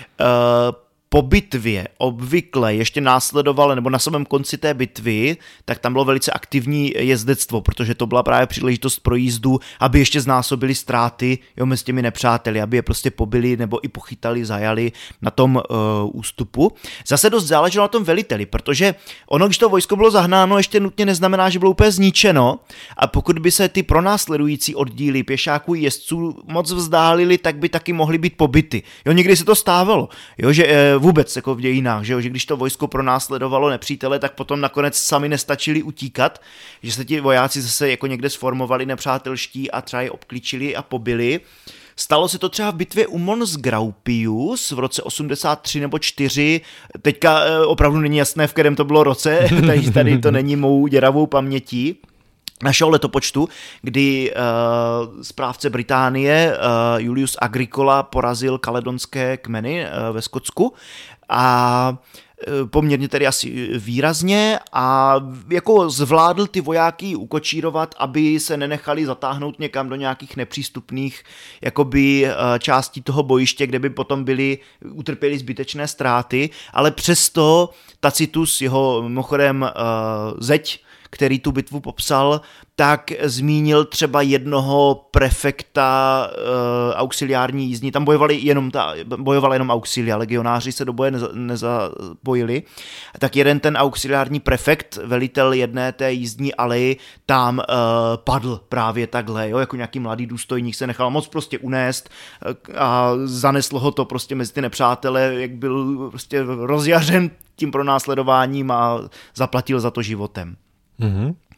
Po bitvě obvykle ještě následovalo, nebo na samém konci té bitvy, tak tam bylo velice aktivní jezdectvo, protože to byla právě příležitost pro jízdu, aby ještě znásobili ztráty, jo, mezi těmi nepřáteli, aby je prostě pobili nebo i pochytali, zajali na tom ústupu. Zase dost záleželo na tom veliteli, protože ono, když to vojsko bylo zahnáno, ještě nutně neznamená, že bylo úplně zničeno, a pokud by se ty pronásledující oddíly pěšáků i jezdců moc vzdálili, tak by taky mohly být pobity. Jo, někdy se to stávalo, jo, že vůbec jako v dějinách, že když to vojsko pronásledovalo nepřítele, tak potom nakonec sami nestačili utíkat, že se ti vojáci zase jako někde sformovali nepřátelští a třeba je obklíčili a pobili. Stalo se to třeba v bitvě u Mons Graupius v roce 83 nebo 4, teďka opravdu není jasné, v kterém to bylo roce, takže tady to není mou děravou pamětí našeho letopočtu, kdy správce Británie Julius Agricola porazil kaledonské kmeny ve Skotsku a poměrně tedy asi výrazně a jako zvládl ty vojáky ukočírovat, aby se nenechali zatáhnout někam do nějakých nepřístupných jakoby částí toho bojiště, kde by potom utrpěli zbytečné ztráty, ale přesto Tacitus, jeho mimochodem zeď, který tu bitvu popsal, tak zmínil třeba jednoho prefekta auxiliární jízdní. Tam bojovala jenom auxilia, legionáři se do boje nezapojili. Tak jeden ten auxiliární prefekt, velitel jedné té jízdní aleji, tam padl právě takhle, jo, jako nějaký mladý důstojník se nechal moc prostě unést a zaneslo ho to prostě mezi ty nepřátele, jak byl prostě rozjařen tím pronásledováním a zaplatil za to životem.
Mm-hmm.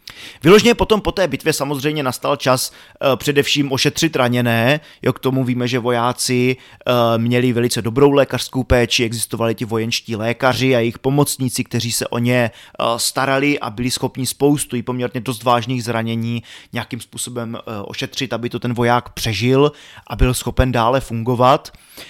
Vyloženě potom po té bitvě samozřejmě nastal čas především ošetřit raněné. Jo, k tomu víme, že vojáci měli velice dobrou lékařskou péči, existovali ti vojenští lékaři a jejich pomocníci, kteří se o ně starali a byli schopni spoustu i poměrně dost vážných zranění nějakým způsobem ošetřit, aby to ten voják přežil a byl schopen dále fungovat.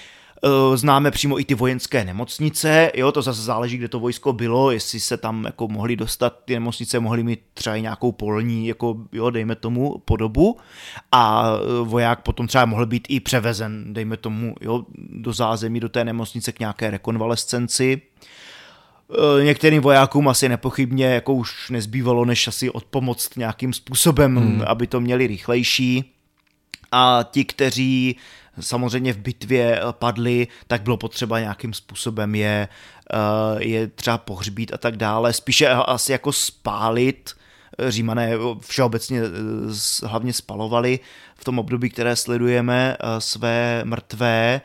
Známe přímo i ty vojenské nemocnice, jo, to zase záleží, kde to vojsko bylo, jestli se tam jako mohli dostat, ty nemocnice mohly mít třeba i nějakou polní, jako jo, dejme tomu, podobu a voják potom třeba mohl být i převezen, dejme tomu, jo, do zázemí, do té nemocnice k nějaké rekonvalescenci. Některým vojákům asi nepochybně jako už nezbývalo, než asi odpomoct nějakým způsobem, aby to měli rychlejší. A ti, kteří samozřejmě v bitvě padli, tak bylo potřeba nějakým způsobem je třeba pohřbít a tak dále. Spíše asi jako spálit. Římané všeobecně hlavně spalovali v tom období, které sledujeme, své mrtvé.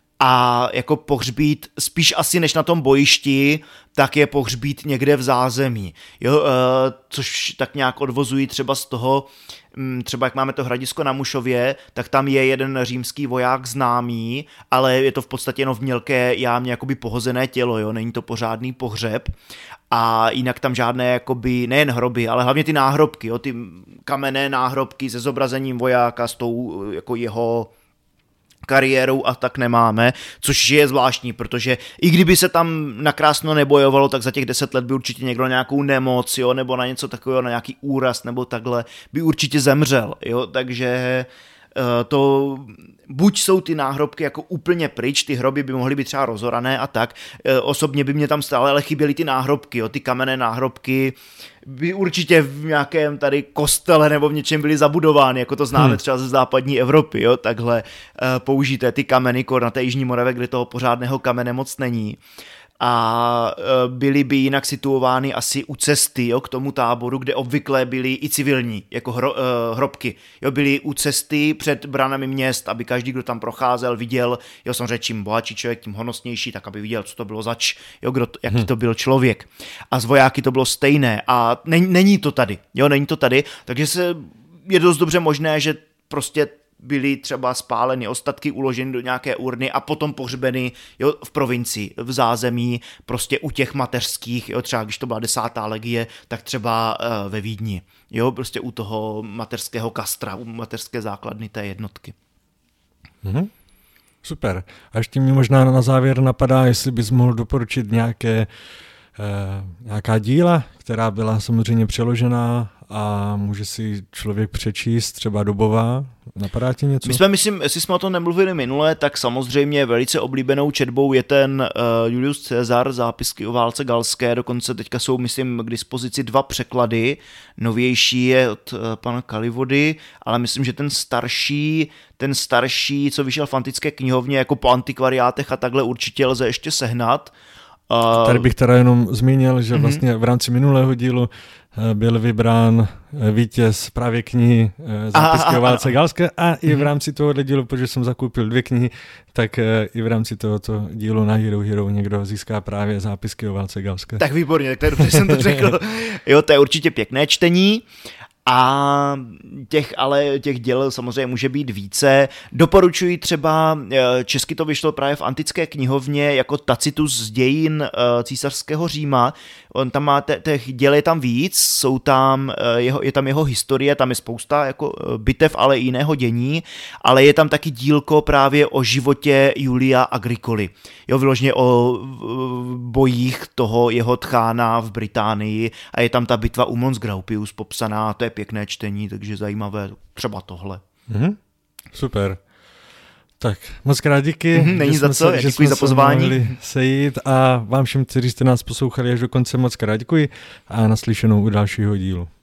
A jako pohřbít spíš asi než na tom bojišti, tak je pohřbít někde v zázemí. Jo, což tak nějak odvozují třeba z toho, třeba jak máme to hradisko na Mušově, tak tam je jeden římský voják známý, ale je to v podstatě jenom v mělké jámě jakoby pohozené tělo, jo, není to pořádný pohřeb. A jinak tam žádné jakoby, nejen hroby, ale hlavně ty náhrobky, jo, ty kamenné náhrobky se zobrazením vojáka s tou jako jeho kariérou a tak nemáme, což je zvláštní, protože i kdyby se tam nakrásno nebojovalo, tak za těch 10 let by určitě někdo na nějakou nemoc, jo, nebo na něco takového, na nějaký úraz nebo takhle, by určitě zemřel, jo, takže to buď jsou ty náhrobky jako úplně pryč, ty hroby by mohly být třeba rozorané a tak, osobně by mě tam stále ale chyběly ty náhrobky, jo, ty kamenné náhrobky by určitě v nějakém tady kostele nebo v něčem byly zabudovány, jako to známe třeba ze západní Evropy, jo, takhle použité ty kameny, na té Jižní Moravě, kde toho pořádného kamene moc není. A byly by jinak situovány asi u cesty, jo, k tomu táboru, kde obvykle byly i civilní, jako hrobky. Jo, byly u cesty před branami měst, aby každý, kdo tam procházel, viděl, jo, samozřejmě čím bohatší člověk, tím honosnější, tak aby viděl, co to bylo zač, jo, jaký to byl člověk. A z vojáky to bylo stejné a není to tady, jo, není to tady, takže je dost dobře možné, že prostě byly třeba spáleny ostatky, uloženy do nějaké urny a potom pohřbeny, jo, v provincii, v zázemí, prostě u těch mateřských, jo, třeba když to byla 10. legie, tak třeba ve Vídni, jo, prostě u toho mateřského kastra, u mateřské základny té jednotky.
Super. A ještě mi možná na závěr napadá, jestli bys mohl doporučit nějaká díla, která byla samozřejmě přeložená a může si člověk přečíst, třeba dobová. Napadá ti něco?
My jsme, myslím, jestli jsme o tom nemluvili minule, tak samozřejmě velice oblíbenou četbou je ten Julius Caesar, zápisky o válce galské, dokonce teďka jsou, myslím, k dispozici 2 překlady, novější je od pana Kalivody, ale myslím, že ten starší, co vyšel v antické knihovně, jako po antikvariátech a takhle určitě lze ještě sehnat.
Tady bych teda jenom zmínil, že vlastně v rámci minulého dílu byl vybrán vítěz právě knihy Zápisky o válce galské a i v rámci tohoto dílu, protože jsem zakoupil 2 knihy, tak i v rámci tohoto dílu na Hero Hero někdo získá právě Zápisky o válce galské.
Tak výborně, tak to je dobře, jsem to řekl. Jo, to je určitě pěkné čtení. A těch děl samozřejmě může být více. Doporučuji třeba, česky to vyšlo právě v antické knihovně jako Tacitus z dějin císařského Říma. On tam má těch děl je tam víc, je tam jeho historie, tam je spousta jako bitev, ale i jiného dění, ale je tam taky dílko právě o životě Julia Agricoly. Jo, vyloženě o bojích toho jeho tchána v Británii a je tam ta bitva u Mons Graupius popsaná, to je pěkné čtení, takže zajímavé třeba tohle.
Super. Tak, moc krát díky.
Není za co, děkuji za pozvání.
Mohli sejít a vám všem, kteří jste nás poslouchali až do konce, moc krát děkuji a naslyšenou u dalšího dílu.